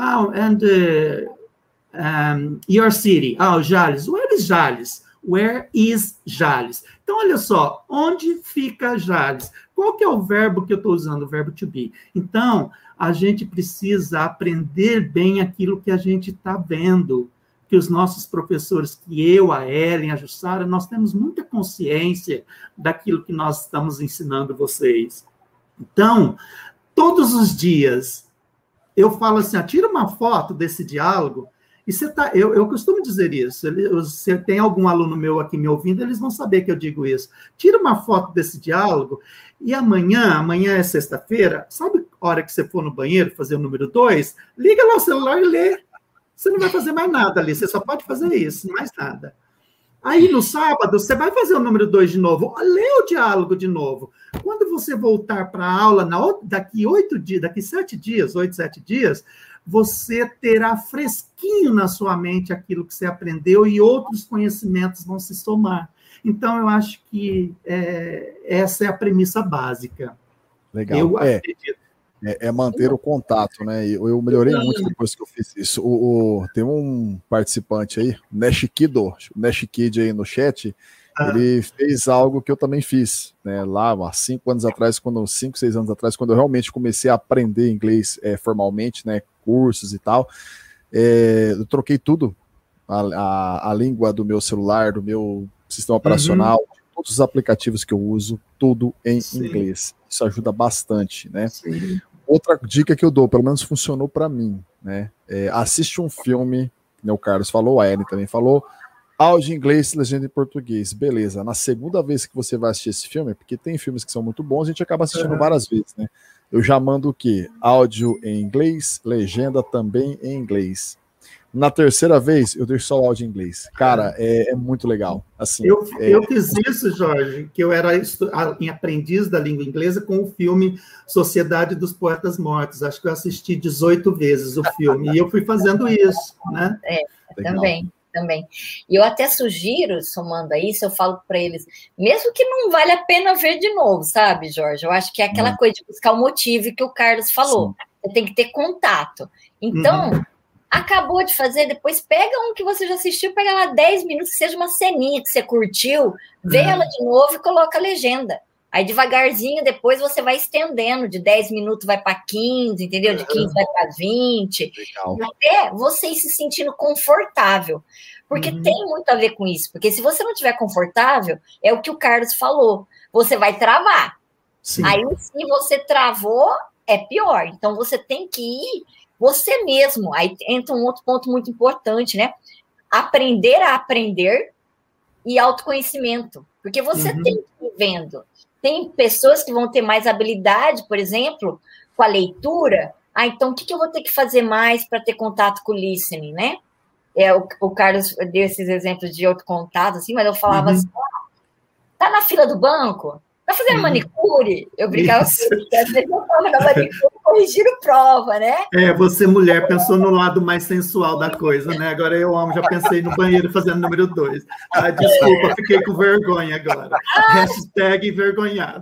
Your city. Jales. Where is Jales? Where is Jales? Então, olha só, onde fica Jales? Qual que é o verbo que eu estou usando? O verbo to be. Então, a gente precisa aprender bem aquilo que a gente está vendo, que os nossos professores, que eu, a Ellen, a Jussara, nós temos muita consciência daquilo que nós estamos ensinando vocês. Então, todos os dias, eu falo assim, tira uma foto desse diálogo. E eu costumo dizer isso, se tem algum aluno meu aqui me ouvindo, eles vão saber que eu digo isso. Tira uma foto desse diálogo e amanhã é sexta-feira, sabe a hora que você for no banheiro fazer o número 2? Liga lá o celular e lê. Você não vai fazer mais nada ali, você só pode fazer isso, mais nada. Aí, no sábado, você vai fazer o número 2 de novo, lê o diálogo de novo. Quando você voltar para a aula, daqui 7 dias, 8, 7 dias, você terá fresquinho na sua mente aquilo que você aprendeu e outros conhecimentos vão se somar. Então, eu acho que essa é a premissa básica.
Legal.
Eu acredito.
Manter o contato, né? Eu melhorei muito depois que eu fiz isso. Tem um participante aí, o Nash Kid aí no chat, ele fez algo que eu também fiz, né? Lá há 5 anos atrás, 5, 6 anos atrás, quando eu realmente comecei a aprender inglês formalmente, né? Cursos e tal, eu troquei tudo, a língua do meu celular, do meu sistema operacional, todos os aplicativos que eu uso, tudo em inglês. Isso ajuda bastante, né? Sim. Outra dica que eu dou, pelo menos funcionou para mim, né? Assiste um filme, né, o Carlos falou, a Ellen também falou, áudio em inglês, legenda em português. Beleza, na segunda vez que você vai assistir esse filme, porque tem filmes que são muito bons, a gente acaba assistindo várias vezes, né? Eu já mando o quê? Áudio em inglês, legenda também em inglês. Na terceira vez, eu deixo só o áudio em inglês. Cara, é muito legal. Assim,
eu fiz isso, Jorge, que eu era em aprendiz da língua inglesa com o filme Sociedade dos Poetas Mortos. Acho que eu assisti 18 vezes o filme. E eu fui fazendo isso, né?
Também. E eu até sugiro, somando a isso, eu falo para eles, mesmo que não vale a pena ver de novo, sabe, Jorge? Eu acho que é aquela coisa de buscar o motivo que o Carlos falou. Sim. Você tem que ter contato. Então, acabou de fazer, depois pega um que você já assistiu, pega lá 10 minutos, que seja uma ceninha que você curtiu, vê ela de novo e coloca a legenda. Aí, devagarzinho, depois você vai estendendo, de 10 minutos vai para 15, entendeu? De 15 vai para 20. Legal. Até você ir se sentindo confortável. Porque tem muito a ver com isso. Porque se você não estiver confortável, é o que o Carlos falou, você vai travar. Sim. Aí, se você travou, é pior. Então, você tem que ir você mesmo. Aí entra um outro ponto muito importante, né? Aprender a aprender e autoconhecimento. Porque você tem que ir vendo. Tem pessoas que vão ter mais habilidade, por exemplo, com a leitura. Então, o que eu vou ter que fazer mais para ter contato com o listening, né? O Carlos deu esses exemplos de outro contato, assim, mas eu falava assim, tá na fila do banco? Tá fazendo manicure? Eu brincava assim, às vezes eu tava na manicure corrigindo prova, né?
Você, mulher, pensou no lado mais sensual da coisa, né? Agora eu, homem, já pensei no banheiro fazendo número 2. Desculpa, fiquei com vergonha agora. Hashtag envergonhado.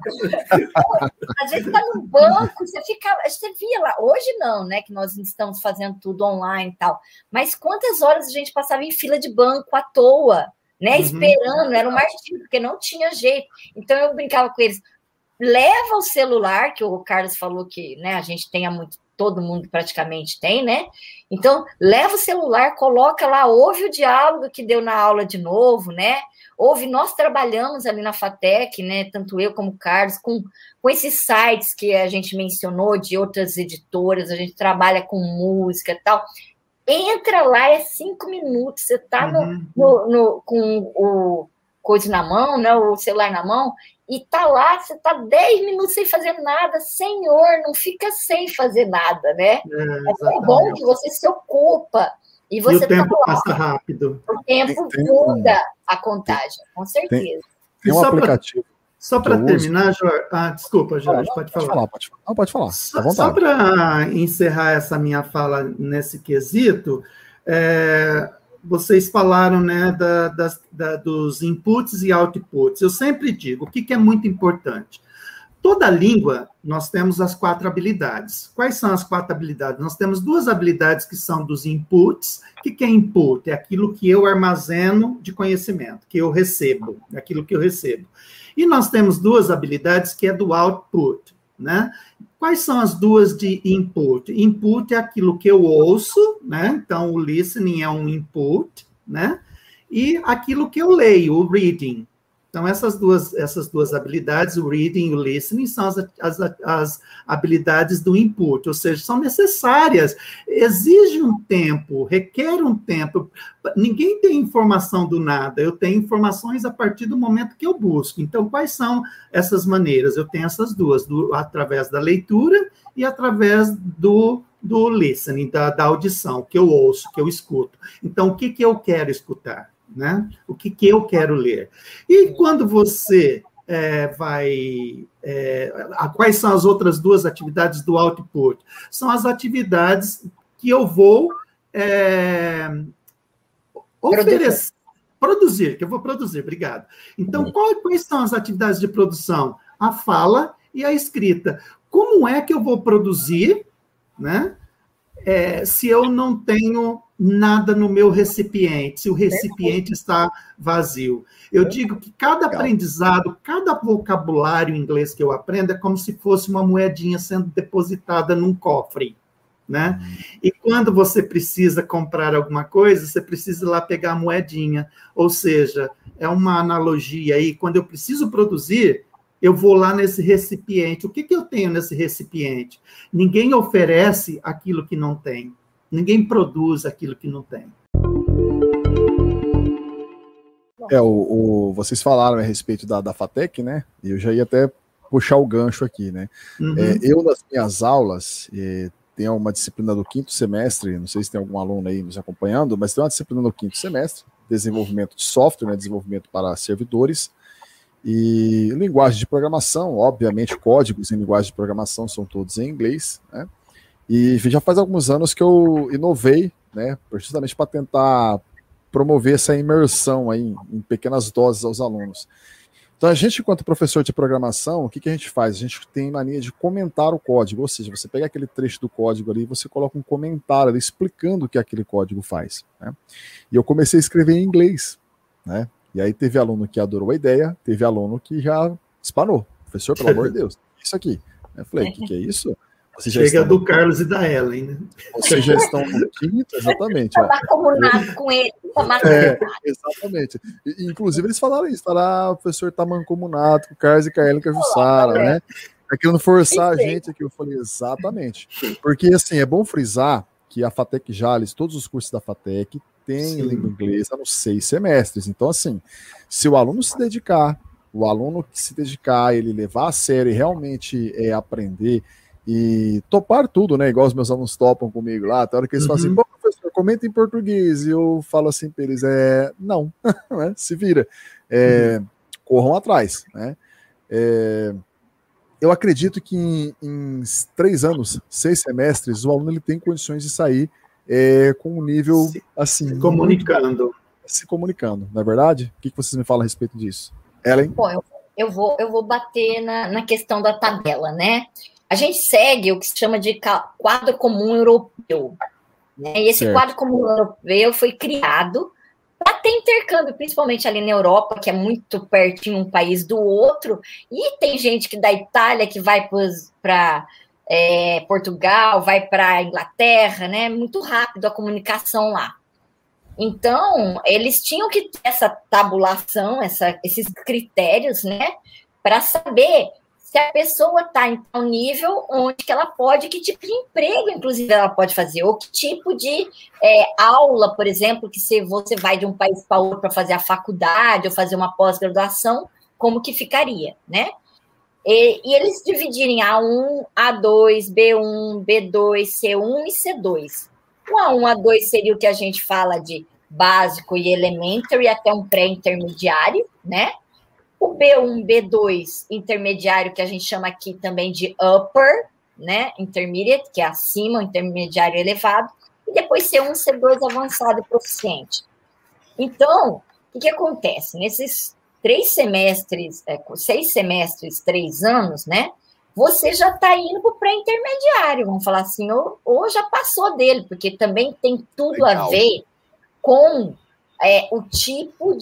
Às vezes tá no banco, você via lá, hoje não, né? Que nós estamos fazendo tudo online e tal. Mas quantas horas a gente passava em fila de banco à toa? Né, esperando, era um martírio, porque não tinha jeito. Então, eu brincava com eles, leva o celular, que o Carlos falou que, né, a gente tem há muito, todo mundo praticamente tem, né? Então, leva o celular, coloca lá, ouve o diálogo que deu na aula de novo, né? Nós trabalhamos ali na FATEC, né, tanto eu como o Carlos, com esses sites que a gente mencionou, de outras editoras, a gente trabalha com música e tal. Entra lá, 5 minutos, você está com o coisa na mão, né, o celular na mão, e tá lá, você está 10 minutos sem fazer nada. Senhor, não fica sem fazer nada, né? É bom que você se ocupa. E o
tempo passa rápido.
O tempo muda a contagem, com certeza.
Tem um aplicativo.
Só para terminar, Jorge... desculpa, Jorge, pode falar.
Pode falar, à vontade.
Só para encerrar essa minha fala nesse quesito, vocês falaram, né, dos inputs e outputs. Eu sempre digo, o que é muito importante? Toda língua, nós temos as 4 habilidades. Quais são as 4 habilidades? Nós temos 2 habilidades que são dos inputs. O que é input? É aquilo que eu armazeno de conhecimento, que eu recebo, aquilo que eu recebo. E nós temos 2 habilidades que é do output, né? Quais são as 2 de input? Input é aquilo que eu ouço, né? Então, o listening é um input, né? E aquilo que eu leio, o reading. Então, essas duas habilidades, o reading e o listening, são as habilidades do input, ou seja, são necessárias, exige um tempo, requer um tempo. Ninguém tem informação do nada, eu tenho informações a partir do momento que eu busco. Então, quais são essas maneiras? Eu tenho essas 2, através da leitura e através do listening, da audição, que eu ouço, que eu escuto. Então, o que eu quero escutar? Né? O que eu quero ler. E quando você quais são as outras 2 atividades do output? São as atividades que eu vou produzir, que eu vou produzir, obrigado. Então, quais são as atividades de produção? A fala e a escrita. Como é que eu vou produzir, né? Se eu não tenho nada no meu recipiente, se o recipiente está vazio. Eu digo que cada aprendizado, cada vocabulário em inglês que eu aprendo é como se fosse uma moedinha sendo depositada num cofre, né? E quando você precisa comprar alguma coisa, você precisa ir lá pegar a moedinha. Ou seja, é uma analogia aí, quando eu preciso produzir, eu vou lá nesse recipiente. O que eu tenho nesse recipiente? Ninguém oferece aquilo que não tem. Ninguém produz aquilo que não tem.
Vocês falaram a respeito da FATEC, né? E eu já ia até puxar o gancho aqui, né? Uhum. Eu, nas minhas aulas, tenho uma disciplina do 5º semestre, não sei se tem algum aluno aí nos acompanhando, mas tem uma disciplina do 5º semestre, desenvolvimento de software, né? Desenvolvimento para servidores, e linguagem de programação, obviamente, códigos em linguagem de programação são todos em inglês, né? E já faz alguns anos que eu inovei, né, justamente para tentar promover essa imersão aí em pequenas doses aos alunos. Então, a gente, enquanto professor de programação, o que a gente faz? A gente tem mania de comentar o código, ou seja, você pega aquele trecho do código ali e você coloca um comentário ali explicando o que aquele código faz, né? E eu comecei a escrever em inglês, né? E aí teve aluno que adorou a ideia, teve aluno que já espanou. Professor, pelo amor de Deus, isso aqui. Eu falei, o que é isso?
Chega do Carlos e da Ellen, né?
Vocês já estão no 5º, exatamente.
Está mancomunado com ele.
Exatamente. Inclusive, eles falaram isso, o professor está mancomunado com o Carlos e com a Ellen, com a Jussara, né? Tá querendo forçar a gente aqui. Eu falei, exatamente. Porque, assim, é bom frisar que a FATEC Jales, todos os cursos da FATEC, têm língua inglesa nos 6 semestres. Então, assim, se o aluno se dedicar, ele levar a sério e realmente aprender e topar tudo, né? Igual os meus alunos topam comigo lá, até a hora que eles falam assim, pô, professor, comenta em português, e eu falo assim para eles, não, né? Se vira, corram atrás, né? Eu acredito que em 3 anos, 6 semestres, o aluno ele tem condições de sair com um nível, assim... Se comunicando, não é verdade? O que vocês me falam a respeito disso? Ellen?
Bom, eu vou bater na questão da tabela, né? A gente segue o que se chama de quadro comum europeu, né? E esse quadro comum europeu foi criado para ter intercâmbio, principalmente ali na Europa, que é muito pertinho um país do outro, e tem gente que da Itália que vai para Portugal, vai para Inglaterra, né? Muito rápido a comunicação lá. Então, eles tinham que ter essa tabulação, esses critérios, né? Para saber se a pessoa está em um nível onde que ela pode, que tipo de emprego, inclusive, ela pode fazer, ou que tipo de aula, por exemplo, que se você vai de um país para outro para fazer a faculdade ou fazer uma pós-graduação, como que ficaria, né? E eles dividiram em A1, A2, B1, B2, C1 e C2. O A1, A2 seria o que a gente fala de básico e elementary, até um pré-intermediário, né? O B1, B2, intermediário, que a gente chama aqui também de upper, né? Intermediate, que é acima, intermediário elevado, e depois C1, C2 avançado e proficiente. Então, o que acontece? Nesses 3 semestres, 6 semestres, 3 anos, né? Você já está indo para o pré-intermediário, vamos falar assim, ou já passou dele, porque também tem tudo a ver com o tipo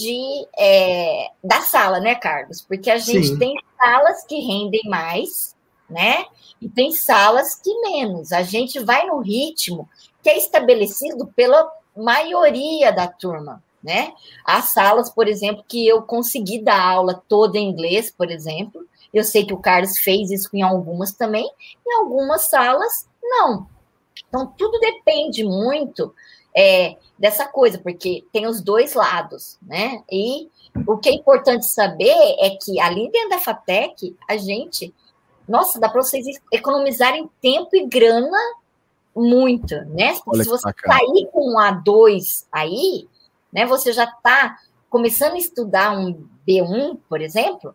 da sala, né, Carlos? Porque a gente tem salas que rendem mais, né? E tem salas que menos. A gente vai no ritmo que é estabelecido pela maioria da turma, né? Há salas, por exemplo, que eu consegui dar aula toda em inglês, por exemplo. Eu sei que o Carlos fez isso em algumas também, em algumas salas, não. Então, tudo depende muito dessa coisa, porque tem os dois lados, né? E o que é importante saber é que ali dentro da FATEC, a gente, nossa, dá para vocês economizarem tempo e grana muito, né? Se você sair com um A2 aí, né, você já está começando a estudar um B1, por exemplo,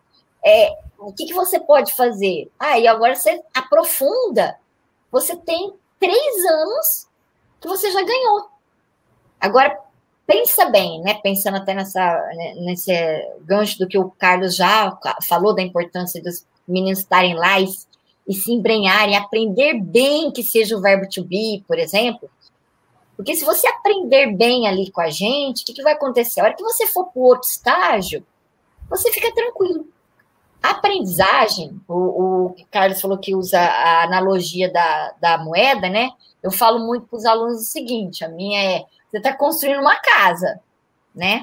o que você pode fazer? E agora você aprofunda, você tem 3 anos que você já ganhou. Agora, pensa bem, né? Pensando até nesse gancho do que o Carlos já falou, da importância dos meninos estarem lá e se embrenharem, aprender bem que seja o verbo to be, por exemplo. Porque se você aprender bem ali com a gente, o que vai acontecer? A hora que você for para o outro estágio, você fica tranquilo. A aprendizagem, o Carlos falou que usa a analogia da moeda, né? Eu falo muito para os alunos o seguinte, a minha você está construindo uma casa, né?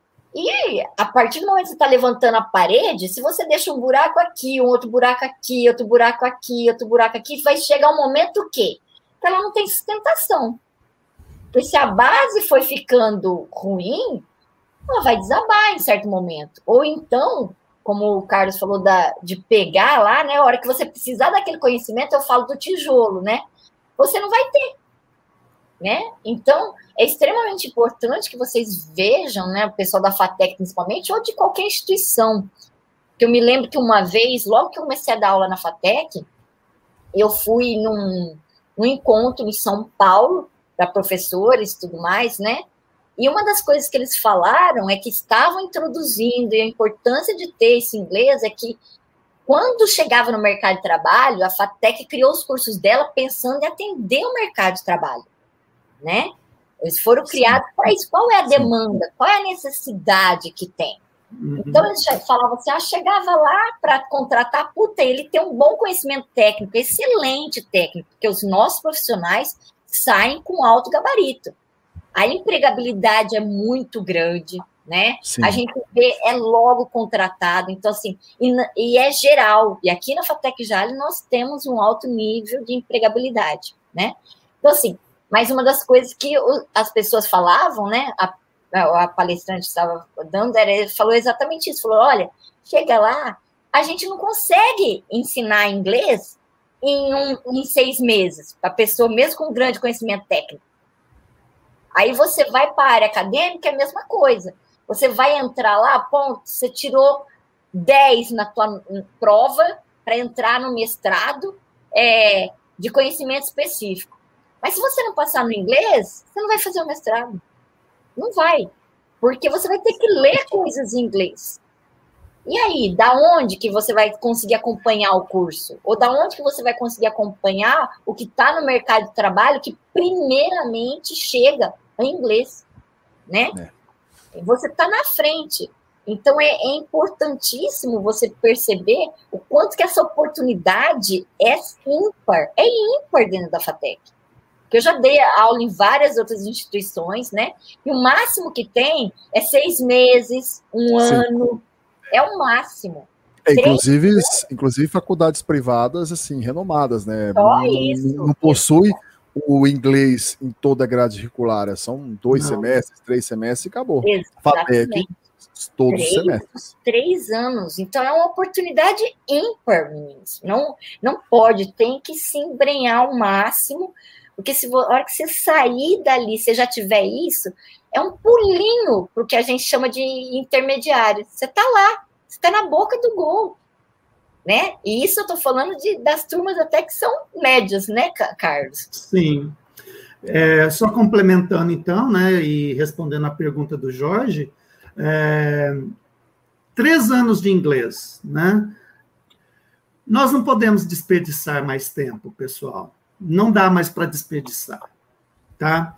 E a partir do momento que você está levantando a parede, se você deixa um buraco aqui, um outro buraco aqui, outro buraco aqui, outro buraco aqui, vai chegar um momento que ela não tem sustentação. Porque se a base foi ficando ruim, ela vai desabar em certo momento. Ou então, como o Carlos falou de pegar lá, né? A hora que você precisar daquele conhecimento, eu falo do tijolo, né? Você não vai ter, né? Então, é extremamente importante que vocês vejam, né? O pessoal da FATEC, principalmente, ou de qualquer instituição. Que eu me lembro que uma vez, logo que eu comecei a dar aula na FATEC, eu fui num encontro em São Paulo, para professores e tudo mais, né? E uma das coisas que eles falaram é que estavam introduzindo, e a importância de ter esse inglês é que, quando chegava no mercado de trabalho, a FATEC criou os cursos dela pensando em atender o mercado de trabalho, né? Eles foram criados para isso. Qual é a demanda? Qual é a necessidade que tem? Então, eles falavam assim, chegava lá para contratar, ele tem um bom conhecimento técnico, excelente técnico, porque os nossos profissionais saem com alto gabarito. A empregabilidade é muito grande, né? Sim. A gente vê, logo contratado, então, assim, e é geral. E aqui na FATEC Jales nós temos um alto nível de empregabilidade, né? Então, assim, mas uma das coisas que as pessoas falavam, né? A palestrante estava dando, falou exatamente isso, falou, olha, chega lá, a gente não consegue ensinar inglês em 6 meses, para a pessoa, mesmo com grande conhecimento técnico. Aí você vai para a área acadêmica, é a mesma coisa. Você vai entrar lá, você tirou 10 na tua prova para entrar no mestrado de conhecimento específico. Mas se você não passar no inglês, você não vai fazer o mestrado. Não vai. Porque você vai ter que ler coisas em inglês. E aí, da onde que você vai conseguir acompanhar o curso? Ou da onde que você vai conseguir acompanhar o que está no mercado de trabalho que primeiramente chega em inglês, né? Você está na frente. Então, é importantíssimo você perceber o quanto que essa oportunidade é ímpar dentro da FATEC. Porque eu já dei aula em várias outras instituições, né? E o máximo que tem é 6 meses, 1 ano... É o máximo.
Inclusive faculdades privadas, assim, renomadas, né?
Só isso.
Não possui o inglês em toda a grade curricular. São 2 semestres, 3 semestres e acabou. FATEC, todos os semestres.
3 anos. Então, é uma oportunidade ímpar, meninos. Não pode, tem que se embrenhar ao máximo, porque a hora que você sair dali, você já tiver isso, é um pulinho para o que a gente chama de intermediário. Você está lá, você está na boca do gol, né? E isso eu estou falando das turmas até que são médias, né, Carlos?
Sim. Só complementando, então, né, e respondendo a pergunta do Jorge, 3 anos de inglês, né? Nós não podemos desperdiçar mais tempo, pessoal. Não dá mais para desperdiçar, tá?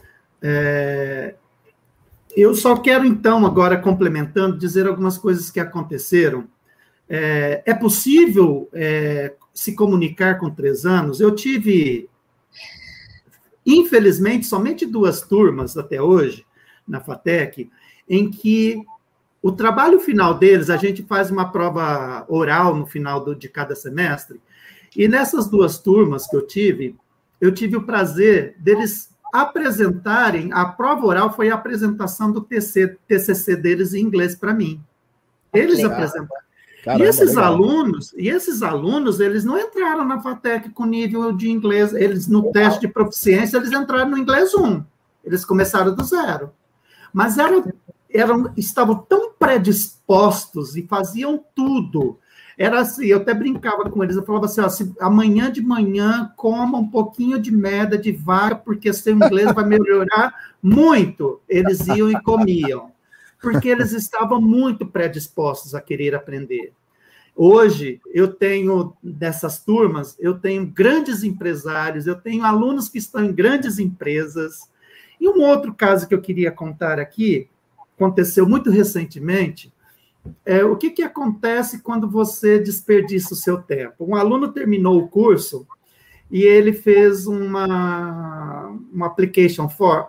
Eu só quero, então, agora complementando, dizer algumas coisas que aconteceram. É possível se comunicar com 3 anos? Eu tive, infelizmente, somente 2 turmas até hoje, na FATEC, em que o trabalho final deles, a gente faz uma prova oral no final de cada semestre, e nessas 2 turmas que eu tive o prazer deles apresentarem, a prova oral foi a apresentação do TCC deles em inglês para mim. Eles apresentaram. Caramba, e esses alunos, eles não entraram na FATEC com nível de inglês, eles no teste de proficiência, eles entraram no inglês 1, eles começaram do 0. Mas estavam tão predispostos e faziam tudo. Era assim, eu até brincava com eles, eu falava assim, amanhã de manhã coma um pouquinho de merda de vaca, porque seu inglês vai melhorar muito. Eles iam e comiam, porque eles estavam muito predispostos a querer aprender. Hoje, eu tenho, dessas turmas, eu tenho grandes empresários, eu tenho alunos que estão em grandes empresas. E um outro caso que eu queria contar aqui, aconteceu muito recentemente, o que acontece quando você desperdiça o seu tempo? Um aluno terminou o curso e ele fez uma application form,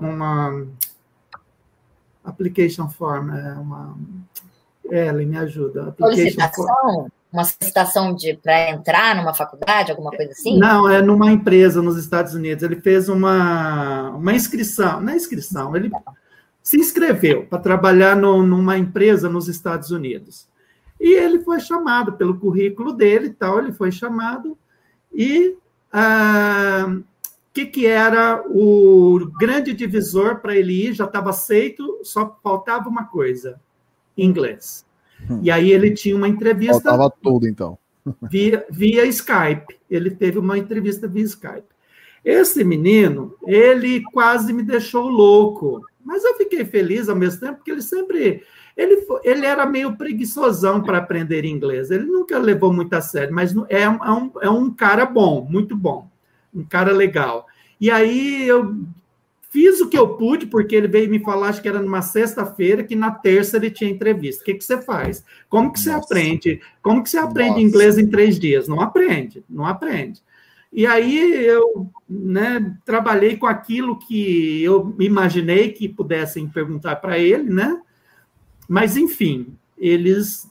Ellen, me ajuda.
Solicitação? Uma solicitação para entrar numa faculdade, alguma coisa assim?
Não, é numa empresa nos Estados Unidos. Ele fez uma inscrição, não é inscrição, ele se inscreveu para trabalhar numa empresa nos Estados Unidos. E ele foi chamado pelo currículo dele e tal, ele foi chamado, e o que era o grande divisor para ele ir? Já estava aceito, só faltava uma coisa, inglês. E aí ele tinha uma entrevista...
Faltava tudo, então.
Via Skype. Ele teve uma entrevista via Skype. Esse menino, ele quase me deixou louco, mas eu fiquei feliz ao mesmo tempo, porque ele era meio preguiçosão para aprender inglês, ele nunca levou muito a sério, mas é um cara bom, muito bom, um cara legal. E aí eu fiz o que eu pude, porque ele veio me falar, acho que era numa sexta-feira, que na terça ele tinha entrevista. O que você faz? Como que você aprende? Como que você aprende inglês em 3 dias? Não aprende. E aí eu trabalhei com aquilo que eu imaginei que pudessem perguntar para ele, né? Mas, enfim, eles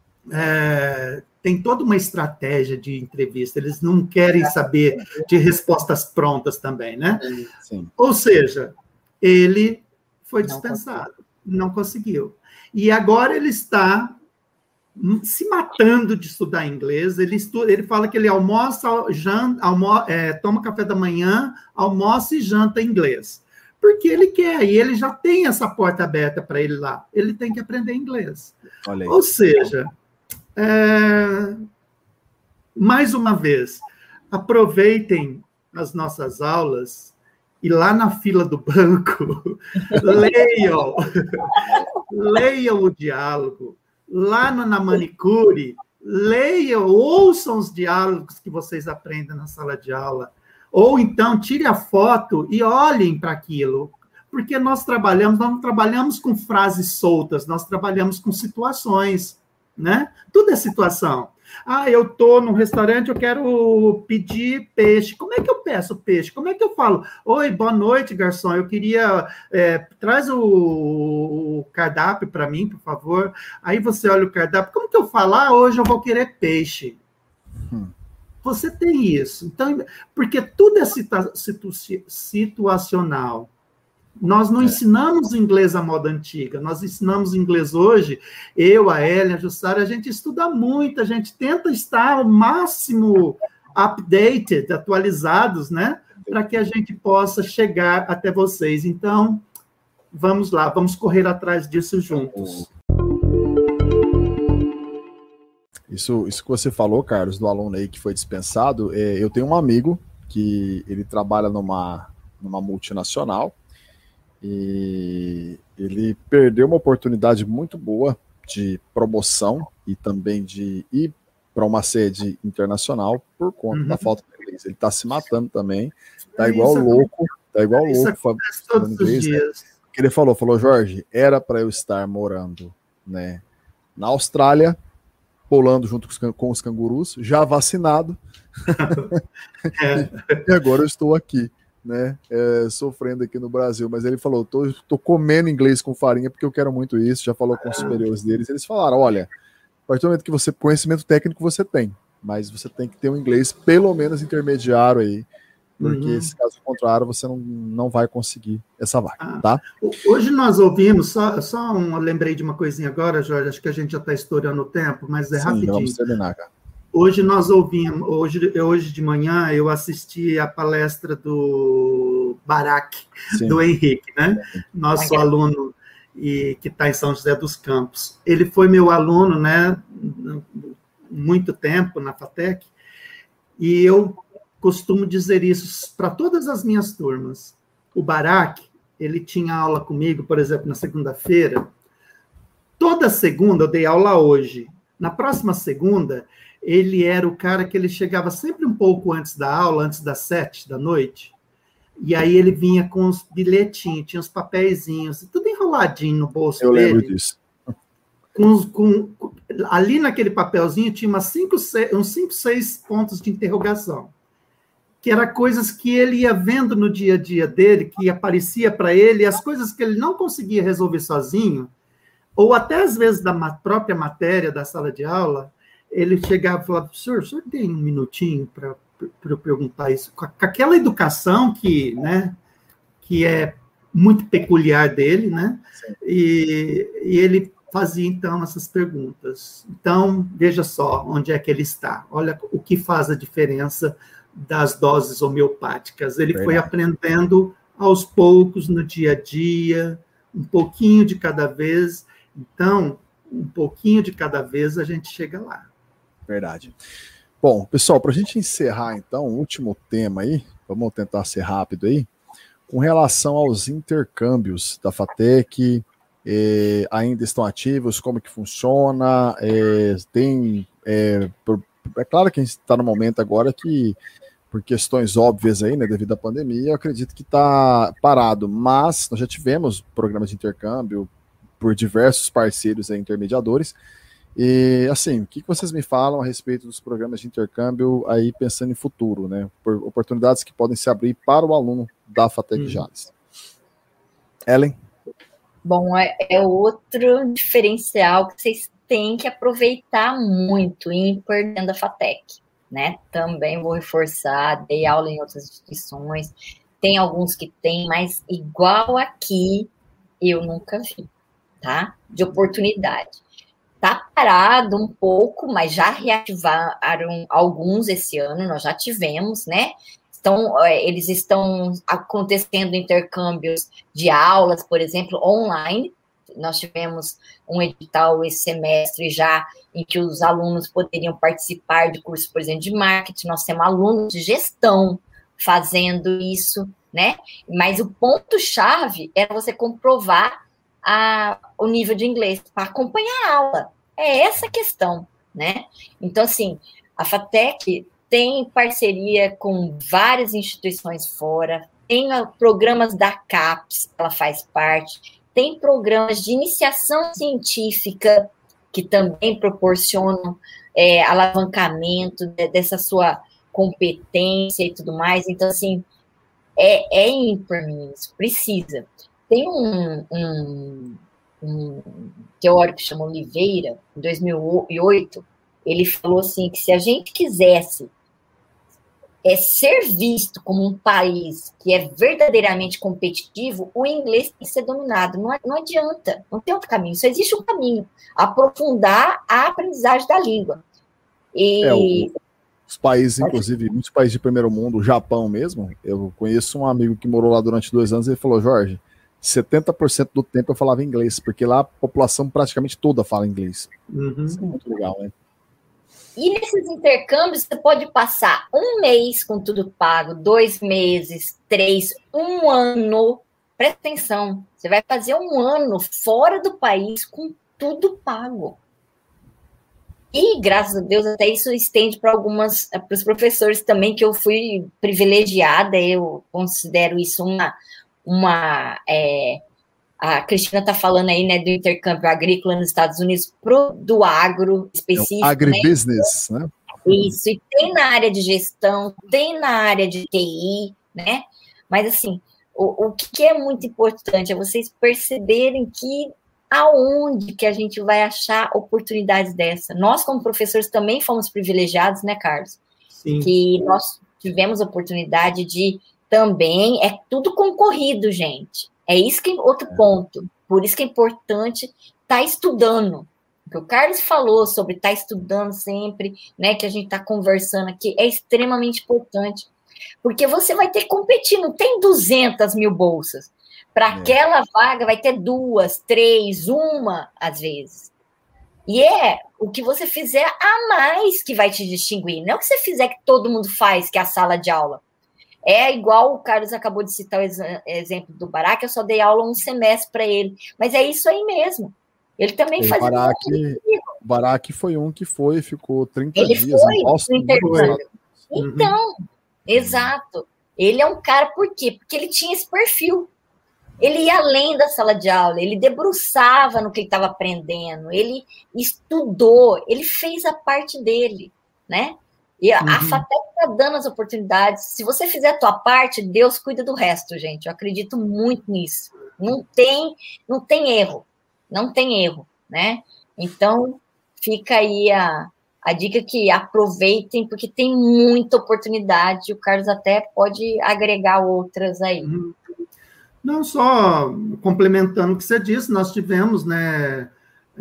têm toda uma estratégia de entrevista, eles não querem saber de respostas prontas também, né? Sim. Ou seja, ele foi dispensado, não conseguiu. E agora ele está se matando de estudar inglês. Ele fala que ele toma café da manhã, almoça e janta inglês. Porque ele quer, e ele já tem essa porta aberta para ele lá. Ele tem que aprender inglês. Ou seja, mais uma vez, aproveitem as nossas aulas e lá na fila do banco, leiam o diálogo. Lá na manicure, leiam, ouçam os diálogos que vocês aprendem na sala de aula. Ou então, tire a foto e olhem para aquilo. Porque nós não trabalhamos com frases soltas, nós trabalhamos com situações, né? Tudo é situação. Eu estou num restaurante, eu quero pedir peixe. Como é que eu peço peixe? Como é que eu falo? Oi, boa noite, garçom. Eu queria... traz o cardápio para mim, por favor. Aí você olha o cardápio. Como que eu falo? Hoje eu vou querer peixe. Você tem isso. Então, porque tudo é situacional. Nós não ensinamos inglês à moda antiga, nós ensinamos inglês hoje, eu, a Ellen, a Jussara, a gente estuda muito, a gente tenta estar ao máximo updated, atualizados, né? Para que a gente possa chegar até vocês. Então, vamos lá, vamos correr atrás disso juntos.
Isso que você falou, Carlos, do aluno aí que foi dispensado, eu tenho um amigo que ele trabalha numa multinacional e ele perdeu uma oportunidade muito boa de promoção e também de ir para uma sede internacional por conta da falta de inglês. Ele está se matando também, tá igual louco
todos
inglês,
os dias.
né? Que ele falou, Jorge, era para eu estar morando, né, na Austrália, pulando junto com os cangurus, já vacinado, e agora eu estou aqui, né, sofrendo aqui no Brasil. Mas ele falou, tô comendo inglês com farinha porque eu quero muito isso. Já falou com os superiores deles, eles falaram, olha, a partir do momento que você, conhecimento técnico você tem, mas você tem que ter um inglês pelo menos intermediário aí, porque se caso contrário você não vai conseguir essa vaga, tá?
Hoje nós ouvimos, eu lembrei de uma coisinha agora, Jorge, acho que a gente já está estourando o tempo, mas rapidinho.
Vamos terminar, cara.
Hoje nós ouvimos, hoje de manhã eu assisti a palestra do Barak, do Henrique, né? Nosso aluno que está em São José dos Campos. Ele foi meu aluno, né, muito tempo na FATEC, e eu costumo dizer isso para todas as minhas turmas. O Barak, ele tinha aula comigo, por exemplo, na segunda-feira. Toda segunda, eu dei aula hoje. Na próxima segunda, ele era o cara que ele chegava sempre um pouco antes da aula, antes das 7 da noite. E aí ele vinha com os bilhetinhos, tinha os papeizinhos, tudo enroladinho no bolso dele.
Eu lembro disso.
Ali naquele papelzinho tinha uns 5, 6 pontos de interrogação, que eram coisas que ele ia vendo no dia a dia dele, que aparecia para ele, as coisas que ele não conseguia resolver sozinho, ou até às vezes da própria matéria da sala de aula, ele chegava e falava, senhor tem um minutinho para eu perguntar isso? Com aquela educação que é muito peculiar dele, né? E ele fazia, então, essas perguntas. Então, veja só onde é que ele está. Olha o que faz a diferença das doses homeopáticas. Ele foi aprendendo aos poucos, no dia a dia, um pouquinho de cada vez. Então, um pouquinho de cada vez a gente chega lá.
Verdade. Bom, pessoal, para a gente encerrar, então, o último tema aí, vamos tentar ser rápido aí, com relação aos intercâmbios da FATEC, ainda estão ativos, como que funciona, é claro que a gente está no momento agora que, por questões óbvias aí, né, devido à pandemia, eu acredito que está parado, mas nós já tivemos programas de intercâmbio por diversos parceiros aí, intermediadores. E, assim, o que vocês me falam a respeito dos programas de intercâmbio aí pensando em futuro, né? Por oportunidades que podem se abrir para o aluno da FATEC Jales. Ellen?
Bom, é outro diferencial que vocês têm que aproveitar muito em dentro da FATEC, né? Também vou reforçar, dei aula em outras instituições, tem alguns que tem, mas igual aqui, eu nunca vi, tá? De oportunidade. Tá parado um pouco, mas já reativaram alguns esse ano, nós já tivemos, né? Eles estão acontecendo intercâmbios de aulas, por exemplo, online. Nós tivemos um edital esse semestre já, em que os alunos poderiam participar de cursos, por exemplo, de marketing. Nós temos alunos de gestão fazendo isso, né? Mas o ponto-chave era você comprovar o nível de inglês para acompanhar a aula. É essa a questão, né? Então, assim, a FATEC tem parceria com várias instituições fora, tem programas da CAPES, ela faz parte, tem programas de iniciação científica que também proporcionam alavancamento dessa sua competência e tudo mais. Então, assim, é ímpar, meninos, precisa. Tem um teórico que chama Oliveira, em 2008, ele falou assim, que se a gente quisesse ser visto como um país que é verdadeiramente competitivo, o inglês tem que ser dominado. Não adianta, não tem outro caminho, só existe um caminho, aprofundar a aprendizagem da língua.
Os países, inclusive, muitos países de primeiro mundo, o Japão mesmo, eu conheço um amigo que morou lá durante 2 anos, e ele falou, Jorge, 70% do tempo eu falava inglês, porque lá a população praticamente toda fala inglês. Isso é muito legal, né?
E nesses intercâmbios, você pode passar 1 mês com tudo pago, 2 meses, 3, 1 ano. Presta atenção, você vai fazer 1 ano fora do país com tudo pago. E, graças a Deus, até isso estende para os professores também, que eu fui privilegiada, eu considero isso a Cristina está falando aí, né, do intercâmbio agrícola nos Estados Unidos, do agro específico.
Agribusiness, né?
Isso, e tem na área de gestão, tem na área de TI, né? Mas, assim, o que é muito importante é vocês perceberem que aonde que a gente vai achar oportunidades dessa. Nós, como professores, também fomos privilegiados, né, Carlos?
Sim.
Que nós tivemos oportunidade de também, é tudo concorrido, gente. É isso que é outro ponto. Por isso que é importante estar estudando. O que o Carlos falou sobre estar estudando sempre, né, que a gente está conversando aqui, é extremamente importante. Porque você vai ter que competir, não tem 200 mil bolsas. Para aquela vaga vai ter 2, 3, 1, às vezes. E é o que você fizer a mais que vai te distinguir. Não é o que você fizer que todo mundo faz, que é a sala de aula. É igual o Carlos acabou de citar o exemplo do Barak, eu só dei aula 1 semestre para ele. Mas é isso aí mesmo. Ele também faz
o Barak foi um que ficou 30
ele
dias
foi
em Boston.
Então, exato. Ele é um cara, por quê? Porque ele tinha esse perfil. Ele ia além da sala de aula, ele debruçava no que ele estava aprendendo, ele estudou, ele fez a parte dele, né? E a FATEC está dando as oportunidades. Se você fizer a tua parte, Deus cuida do resto, gente. Eu acredito muito nisso. Não tem erro. Não tem erro, né? Então, fica aí a dica que aproveitem, porque tem muita oportunidade. O Carlos até pode agregar outras aí.
Não, só complementando o que você disse, nós tivemos, né,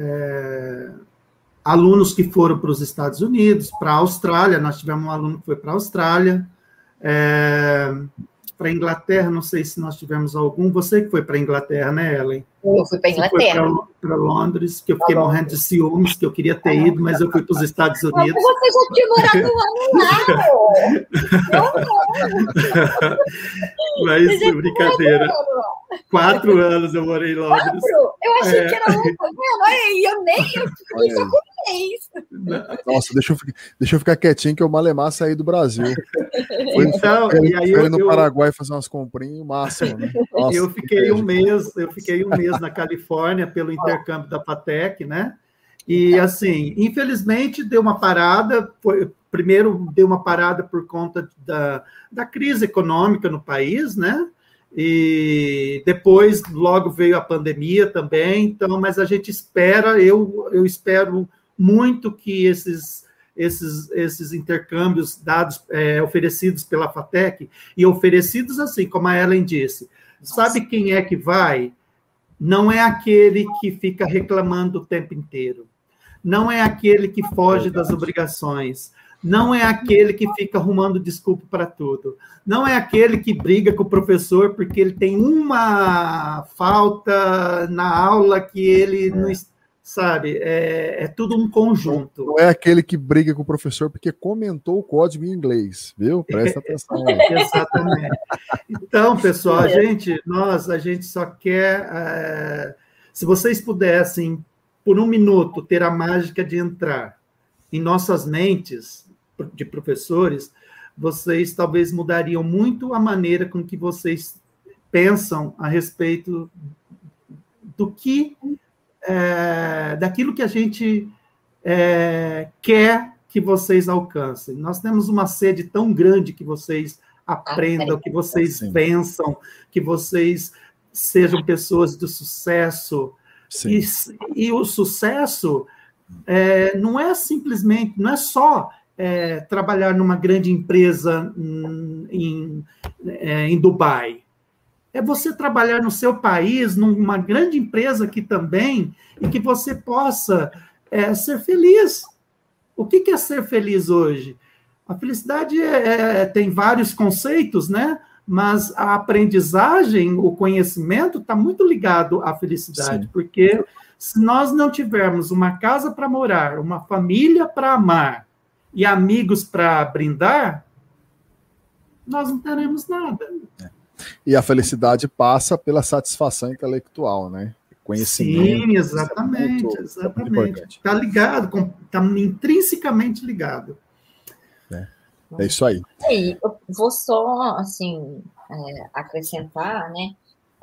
alunos que foram para os Estados Unidos, para a Austrália, nós tivemos um aluno que foi para a Austrália, para a Inglaterra, não sei se nós tivemos algum, você que foi para a Inglaterra, né, Ellen?
Eu fui para a Inglaterra.
Para Londres, que eu fiquei morrendo de ciúmes, que eu queria ter ido, mas eu fui para os Estados Unidos.
Mas você já tinha morado lá,
Mas, brincadeira. 4 anos eu morei em Londres.
4? Eu achei que era muito. Eu nem fiz algum mês.
Nossa, deixa eu ficar quietinho que eu malemar saí do Brasil.
Então, e aí
eu no Paraguai fazer umas comprinhas, o máximo, né? Nossa,
eu fiquei um mês na Califórnia pelo intercâmbio da FATEC, né? E assim, infelizmente deu uma parada. Primeiro deu uma parada por conta da crise econômica no país, né? E depois logo veio a pandemia também. Então, mas a gente espera, eu espero muito que esses intercâmbios dados, oferecidos pela FATEC, e oferecidos assim, como a Ellen disse, sabe quem é que vai? Não é aquele que fica reclamando o tempo inteiro, não é aquele que foge das obrigações, não é aquele que fica arrumando desculpa para tudo, não é aquele que briga com o professor porque ele tem uma falta na aula que ele não... Sabe, é tudo um conjunto.
Não é aquele que briga com o professor porque comentou o código em inglês, viu? Presta atenção.
Exatamente. Então, pessoal, a gente só quer... se vocês pudessem, por 1 minuto, ter a mágica de entrar em nossas mentes de professores, vocês talvez mudariam muito a maneira com que vocês pensam a respeito do que... daquilo que a gente quer que vocês alcancem. Nós temos uma sede tão grande que vocês aprendam, que vocês vençam, que vocês sejam pessoas de sucesso. E o sucesso não é simplesmente, não é só trabalhar numa grande empresa em Dubai. É você trabalhar no seu país, numa grande empresa aqui também, e que você possa ser feliz. O que é ser feliz hoje? A felicidade tem vários conceitos, né? Mas a aprendizagem, o conhecimento, está muito ligado à felicidade, porque se nós não tivermos uma casa para morar, uma família para amar, e amigos para brindar, nós não teremos nada.
E a felicidade passa pela satisfação intelectual, né? Conhecimento.
Sim, exatamente, exatamente. Está ligado, está intrinsecamente ligado.
É isso aí.
E eu vou só, assim, acrescentar, né,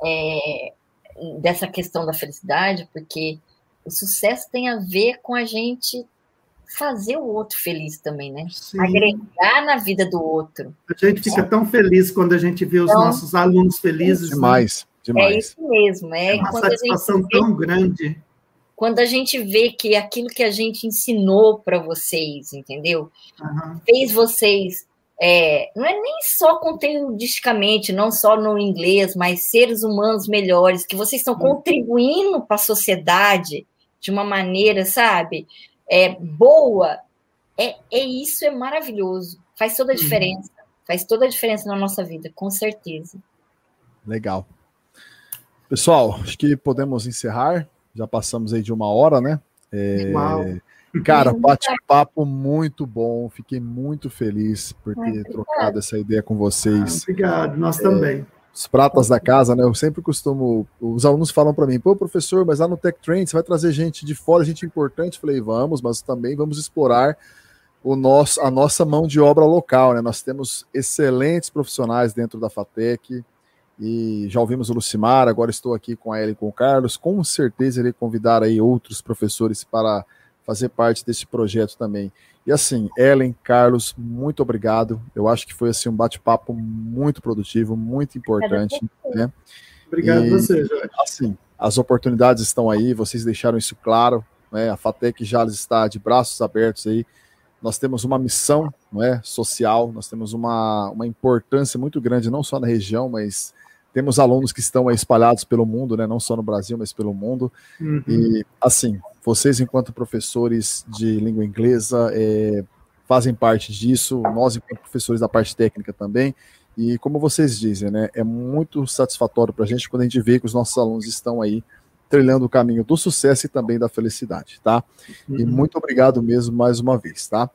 dessa questão da felicidade, porque o sucesso tem a ver com a gente fazer o outro feliz também, né? Sim. Agregar na vida do outro.
A gente fica tão feliz quando a gente vê os nossos alunos felizes.
Demais, né? Demais.
É isso mesmo.
É uma satisfação tão grande.
Quando a gente vê que aquilo que a gente ensinou para vocês, entendeu? Fez vocês, não é nem só conteudisticamente, não só no inglês, mas seres humanos melhores, que vocês estão contribuindo para a sociedade de uma maneira, sabe, boa. Isso é maravilhoso. Faz toda a diferença. Faz toda a diferença na nossa vida, com certeza.
Legal. Pessoal, acho que podemos encerrar. Já passamos aí de 1 hora, né? Cara, bate-papo muito bom. Fiquei muito feliz por ter trocado essa ideia com vocês.
Obrigado, nós também.
Os pratas da casa, né? Eu sempre costumo... Os alunos falam para mim, pô, professor, mas lá no Tech Trends você vai trazer gente de fora, gente importante. Eu falei, vamos, mas também vamos explorar a nossa mão de obra local, né? Nós temos excelentes profissionais dentro da FATEC, e já ouvimos o Lucimar, agora estou aqui com a Ellen e com o Carlos, com certeza irei convidar aí outros professores para fazer parte desse projeto também. E assim, Ellen, Carlos, muito obrigado, eu acho que foi assim um bate-papo muito produtivo, muito importante, né?
Obrigado a você, Jorge.
Assim, as oportunidades estão aí, vocês deixaram isso claro, né? A FATEC já está de braços abertos aí. Nós temos uma missão, não é, social, nós temos uma importância muito grande, não só na região, mas temos alunos que estão aí espalhados pelo mundo, né, não só no Brasil, mas pelo mundo. E, assim, vocês, enquanto professores de língua inglesa, fazem parte disso, nós, enquanto professores da parte técnica também, e como vocês dizem, né, é muito satisfatório para a gente quando a gente vê que os nossos alunos estão aí trilhando o caminho do sucesso e também da felicidade, tá? E muito obrigado mesmo mais uma vez, tá?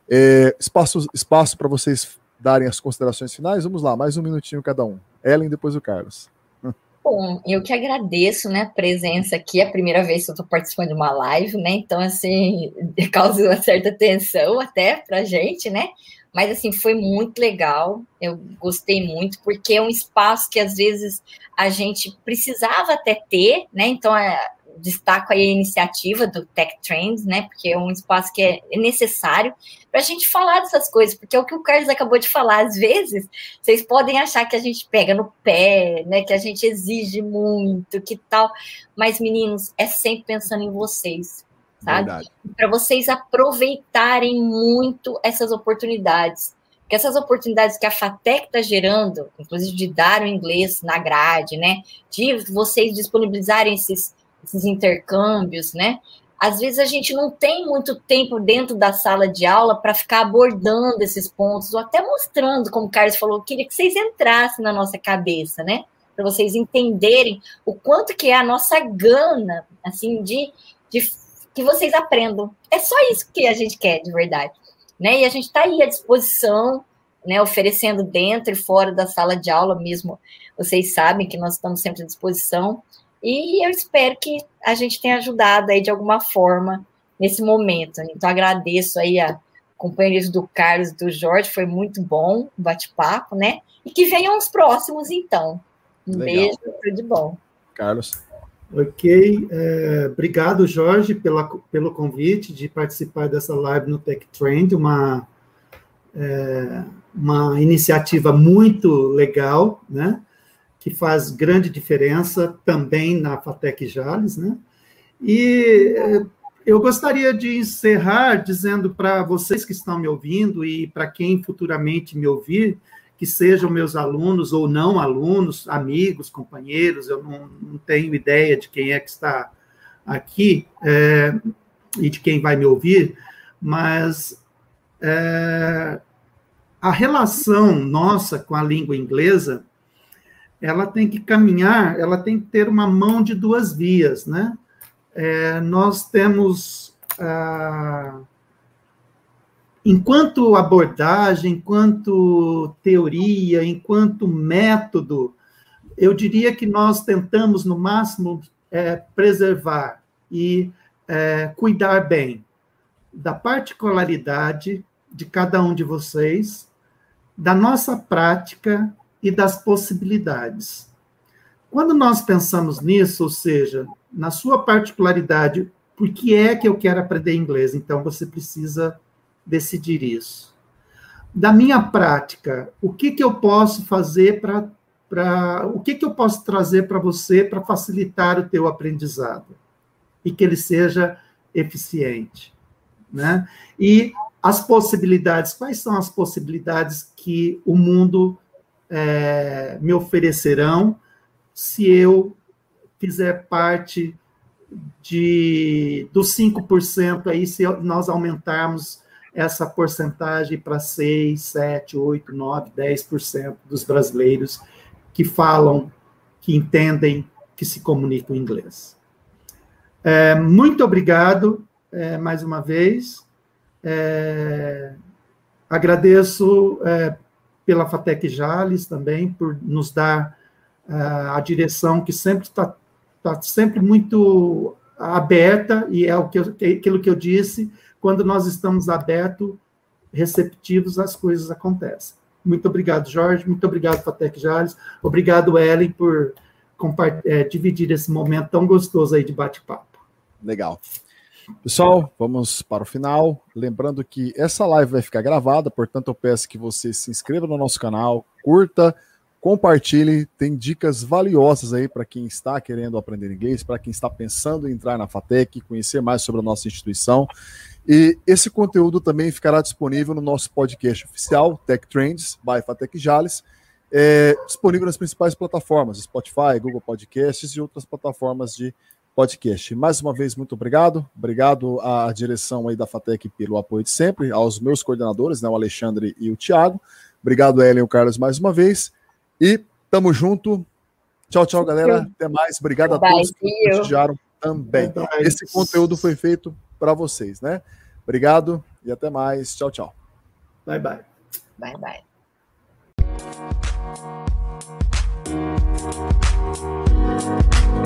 Espaço para vocês darem as considerações finais, vamos lá, mais um minutinho cada um. Ellen, depois o Carlos.
Bom, eu que agradeço, né, a presença aqui, é a primeira vez que eu estou participando de uma live, né, então, assim, causa uma certa tensão até pra gente, né, mas, assim, foi muito legal, eu gostei muito, porque é um espaço que, às vezes, a gente precisava até ter, né, então, destaco aí a iniciativa do Tech Trends, né, porque é um espaço que é necessário para a gente falar dessas coisas, porque é o que o Carlos acabou de falar, às vezes, vocês podem achar que a gente pega no pé, né, que a gente exige muito, que tal, mas, meninos, é sempre pensando em vocês, sabe? Para vocês aproveitarem muito essas oportunidades, porque essas oportunidades que a FATEC está gerando, inclusive de dar o inglês na grade, né, de vocês disponibilizarem esses intercâmbios, né? Às vezes a gente não tem muito tempo dentro da sala de aula para ficar abordando esses pontos, ou até mostrando, como o Carlos falou, eu queria que vocês entrassem na nossa cabeça, né? Para vocês entenderem o quanto que é a nossa gana, assim, de que vocês aprendam. É só isso que a gente quer, de verdade, né? E a gente está aí à disposição, né? Oferecendo dentro e fora da sala de aula mesmo. Vocês sabem que nós estamos sempre à disposição. E eu espero que a gente tenha ajudado aí de alguma forma nesse momento. Então, agradeço aí a companheiros do Carlos e do Jorge, foi muito bom o bate-papo, né? E que venham os próximos, então. Beijo, tudo de bom.
Carlos.
Ok, obrigado, Jorge, pelo convite de participar dessa live no Tech Trend, uma iniciativa muito legal, né? Que faz grande diferença também na FATEC Jales, né? E eu gostaria de encerrar dizendo para vocês que estão me ouvindo e para quem futuramente me ouvir, que sejam meus alunos ou não alunos, amigos, companheiros, eu não tenho ideia de quem é que está aqui e de quem vai me ouvir, mas a relação nossa com a língua inglesa, ela tem que caminhar, ela tem que ter uma mão de duas vias, né? Nós temos enquanto abordagem, enquanto teoria, enquanto método, eu diria que nós tentamos, no máximo, preservar e cuidar bem da particularidade de cada um de vocês, da nossa prática e das possibilidades. Quando nós pensamos nisso, ou seja, na sua particularidade, por que é que eu quero aprender inglês? Então, você precisa decidir isso. Da minha prática, o que eu posso fazer o que eu posso trazer para você para facilitar o teu aprendizado e que ele seja eficiente, né? E as possibilidades, quais são as possibilidades que o mundo me oferecerão se eu fizer parte dos 5% aí, se nós aumentarmos essa porcentagem para 6, 7, 8, 9, 10% dos brasileiros que falam, que entendem, que se comunicam em inglês. Muito obrigado, mais uma vez. Agradeço pela FATEC Jales também, por nos dar a direção que sempre está sempre muito aberta, e é aquilo que eu disse, quando nós estamos abertos, receptivos, as coisas acontecem. Muito obrigado, Jorge, muito obrigado, FATEC Jales, obrigado, Ellen, por dividir esse momento tão gostoso aí de bate-papo.
Legal. Pessoal, vamos para o final. Lembrando que essa live vai ficar gravada, portanto eu peço que você se inscreva no nosso canal, curta, compartilhe, tem dicas valiosas aí para quem está querendo aprender inglês, para quem está pensando em entrar na FATEC, conhecer mais sobre a nossa instituição. E esse conteúdo também ficará disponível no nosso podcast oficial, Tech Trends, by FATEC Jales, disponível nas principais plataformas, Spotify, Google Podcasts e outras plataformas de podcast. Mais uma vez, muito obrigado. Obrigado à direção aí da FATEC pelo apoio de sempre, aos meus coordenadores, né, o Alexandre e o Thiago. Obrigado, Ellen e o Carlos, mais uma vez. E tamo junto. Tchau, tchau, galera. Até mais. Obrigado a todos que prestigiaram também. Esse conteúdo foi feito para vocês, né? Obrigado e até mais. Tchau, tchau.
Bye, bye.
Bye, bye.